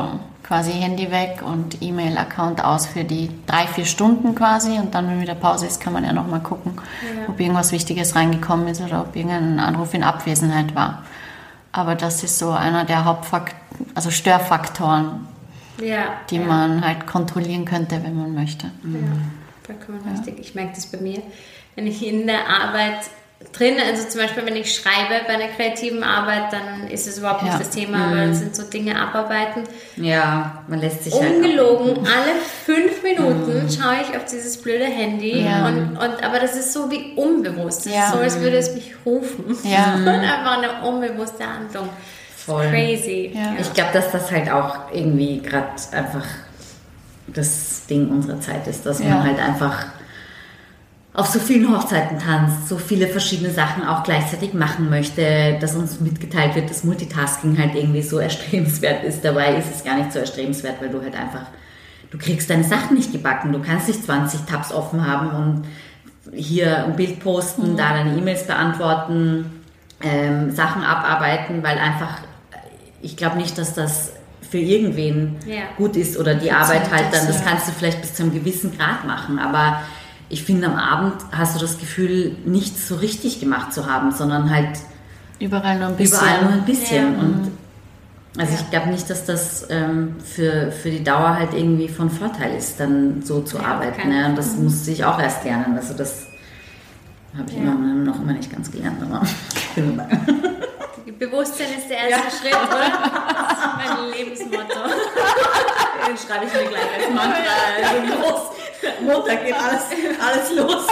quasi Handy weg und E-Mail-Account aus für die drei, vier Stunden quasi. Und dann, wenn wieder Pause ist, kann man ja nochmal gucken, ja. ob irgendwas Wichtiges reingekommen ist oder ob irgendein Anruf in Abwesenheit war. Aber das ist so einer der Hauptfaktoren, also Störfaktoren, ja, die ja. man halt kontrollieren könnte, wenn man möchte. Ja, vollkommen ja. richtig. Ich merke das bei mir, wenn ich in der Arbeit drin, also zum Beispiel, wenn ich schreibe bei einer kreativen Arbeit, dann ist es überhaupt ja. nicht das Thema, mhm. aber dann sind so Dinge abarbeiten. Ja, man lässt sich ungelogen, halt alle fünf Minuten mhm. schaue ich auf dieses blöde Handy ja. und, und aber das ist so wie unbewusst. Das ja. ist so, als würde es mich rufen. Ja. Und einfach eine unbewusste Handlung. Voll. Crazy. Ja. Ich glaube, dass das halt auch irgendwie gerade einfach das Ding unserer Zeit ist, dass ja. man halt einfach auf so vielen Hochzeiten tanzt, so viele verschiedene Sachen auch gleichzeitig machen möchte, dass uns mitgeteilt wird, dass Multitasking halt irgendwie so erstrebenswert ist. Dabei ist es gar nicht so erstrebenswert, weil du halt einfach, du kriegst deine Sachen nicht gebacken. Du kannst nicht zwanzig Tabs offen haben und hier ein Bild posten, mhm. da deine E-Mails beantworten, ähm, Sachen abarbeiten, weil einfach, ich glaube nicht, dass das für irgendwen ja. gut ist oder die das Arbeit halt dann, das ja. kannst du vielleicht bis zu einem gewissen Grad machen, aber ich finde, am Abend hast du das Gefühl, nichts so richtig gemacht zu haben, sondern halt überall nur ein bisschen. Überall nur ein bisschen. Ja. Und also ja. ich glaube nicht, dass das ähm, für, für die Dauer halt irgendwie von Vorteil ist, dann so zu ja, arbeiten. Ne? Und das musste ich auch erst lernen. Also das habe ich ja. immer, noch immer nicht ganz gelernt. Aber Bewusstsein ist der erste ja. Schritt, oder? Das ist mein Lebensmotto. Den schreibe ich mir gleich als Mantra. Also los. Montag geht alles, alles los.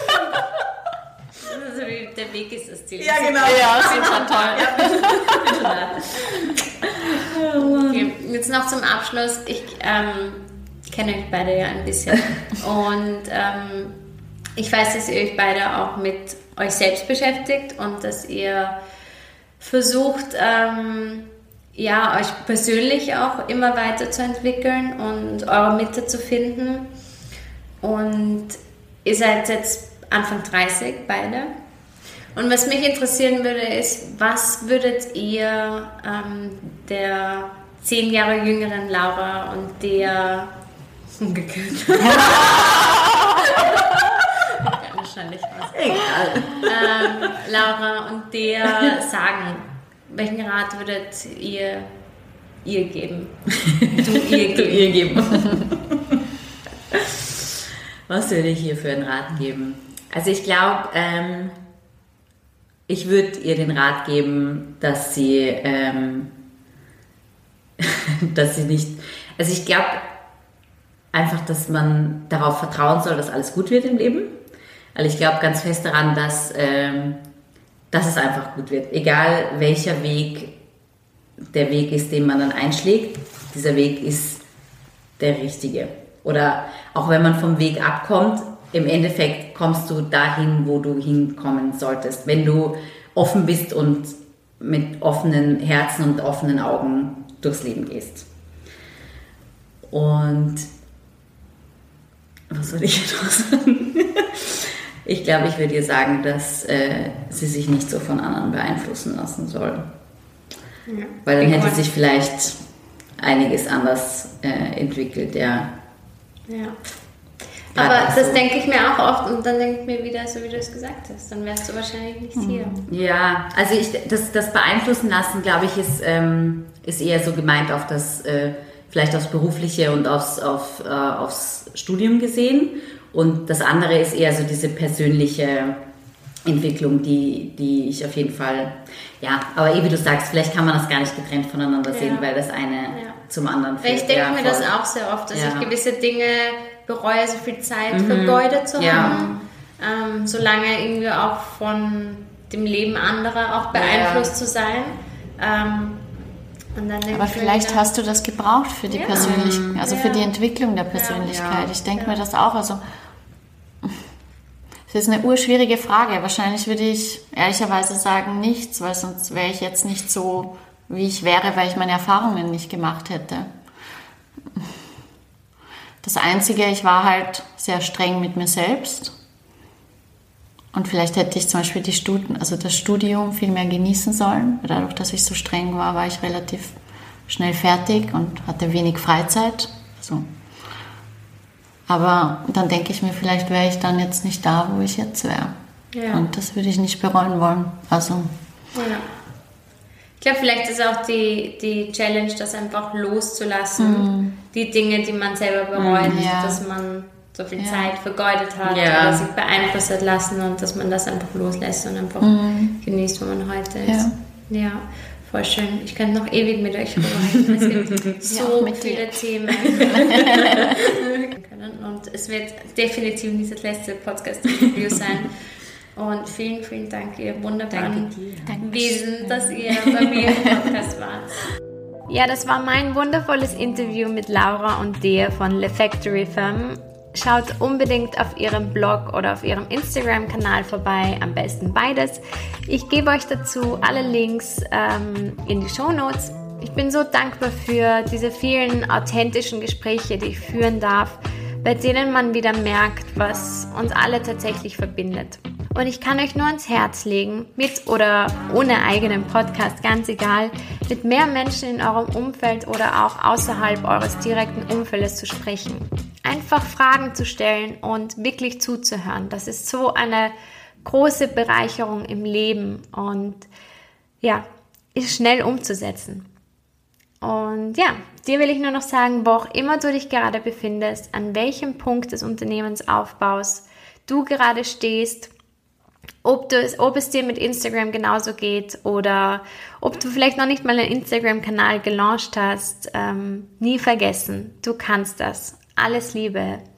Also wie der Weg ist das Ziel. Ja, genau. Ja, super toll. Ja, okay, jetzt noch zum Abschluss. Ich ähm, kenne euch beide ja ein bisschen. Und ähm, ich weiß, dass ihr euch beide auch mit euch selbst beschäftigt und dass ihr versucht, ähm, ja, euch persönlich auch immer weiterzuentwickeln und eure Mitte zu finden. Und ihr seid jetzt Anfang dreißig, beide. Und was mich interessieren würde, ist, was würdet ihr ähm, der zehn Jahre jüngeren Laura und der umgekehrt wahrscheinlich was. Egal. Ähm, Laura und der sagen? Welchen Rat würdet ihr ihr geben? Du ihr geben. ihr geben. Was würde ich ihr für einen Rat geben? Also ich glaube, ähm, ich würde ihr den Rat geben, dass sie, ähm, dass sie nicht, also ich glaube einfach, dass man darauf vertrauen soll, dass alles gut wird im Leben. Weil ich glaube ganz fest daran, dass, ähm, dass es einfach gut wird. Egal welcher Weg der Weg ist, den man dann einschlägt, dieser Weg ist der richtige. Oder auch wenn man vom Weg abkommt, im Endeffekt kommst du dahin, wo du hinkommen solltest, wenn du offen bist und mit offenen Herzen und offenen Augen durchs Leben gehst. Und was soll ich jetzt noch sagen? Ich glaube, ich würde ihr sagen, dass äh, sie sich nicht so von anderen beeinflussen lassen soll. Ja. Weil dann hätte sich vielleicht einiges anders äh, entwickelt, ja. Ja. Aber das so. denke ich mir auch oft und dann denke ich mir wieder, so wie du es gesagt hast, dann wärst du wahrscheinlich nicht mhm. hier. Ja, also ich, das, das Beeinflussen lassen, glaube ich, ist, ähm, ist eher so gemeint auf das, äh, vielleicht aufs Berufliche und aufs, auf, äh, aufs Studium gesehen. Und das andere ist eher so diese persönliche Entwicklung, die, die ich auf jeden Fall, ja, aber eh wie du sagst, vielleicht kann man das gar nicht getrennt voneinander ja. sehen, weil das eine ja. zum anderen führt. Ich denke ja, mir voll. das auch sehr oft, dass ja. ich gewisse Dinge bereue, so viel Zeit mhm. vergeudet zu ja. haben, ähm, solange irgendwie auch von dem Leben anderer auch beeinflusst ja. zu sein. Ähm, und dann aber vielleicht wieder, hast du das gebraucht für die ja. Persönlichkeit, also ja. für die Entwicklung der Persönlichkeit. Ja. Ich denke ja. mir das auch, also das ist eine urschwierige Frage. Wahrscheinlich würde ich ehrlicherweise sagen nichts, weil sonst wäre ich jetzt nicht so, wie ich wäre, weil ich meine Erfahrungen nicht gemacht hätte. Das Einzige, ich war halt sehr streng mit mir selbst. Und vielleicht hätte ich zum Beispiel die Studi- also das Studium viel mehr genießen sollen. Dadurch, dass ich so streng war, war ich relativ schnell fertig und hatte wenig Freizeit. So. Aber dann denke ich mir, vielleicht wäre ich dann jetzt nicht da, wo ich jetzt wäre. Ja. Und das würde ich nicht bereuen wollen. Also, ja. Ich glaube, vielleicht ist auch die, die Challenge, das einfach loszulassen. Mm. Die Dinge, die man selber bereut, mm, ja. dass man so viel ja. Zeit vergeudet hat ja. oder sich beeinflusst hat lassen und dass man das einfach loslässt und einfach mm. genießt, wo man heute ist. Ja. ja. Voll schön. Ich könnte noch ewig mit euch reden. Es gibt so ja, viele dir. Themen. Und es wird definitiv nicht das letzte Podcast-Interview sein. Und vielen, vielen Dank, ihr wunderbaren Wesen, dass ihr bei mir im Podcast wart. Ja, das war mein wundervolles Interview mit Laura und Dea von Le Factory Femme. Schaut unbedingt auf ihrem Blog oder auf ihrem Instagram-Kanal vorbei, am besten beides. Ich gebe euch dazu alle Links ähm, in die Shownotes. Ich bin so dankbar für diese vielen authentischen Gespräche, die ich führen darf, bei denen man wieder merkt, was uns alle tatsächlich verbindet. Und ich kann euch nur ans Herz legen, mit oder ohne eigenen Podcast, ganz egal, mit mehr Menschen in eurem Umfeld oder auch außerhalb eures direkten Umfeldes zu sprechen. Einfach Fragen zu stellen und wirklich zuzuhören. Das ist so eine große Bereicherung im Leben und ja, ist schnell umzusetzen. Und ja, dir will ich nur noch sagen, wo auch immer du dich gerade befindest, an welchem Punkt des Unternehmensaufbaus du gerade stehst, ob, du es, ob es dir mit Instagram genauso geht oder ob du vielleicht noch nicht mal einen Instagram-Kanal gelauncht hast, ähm, nie vergessen, du kannst das. Alles Liebe.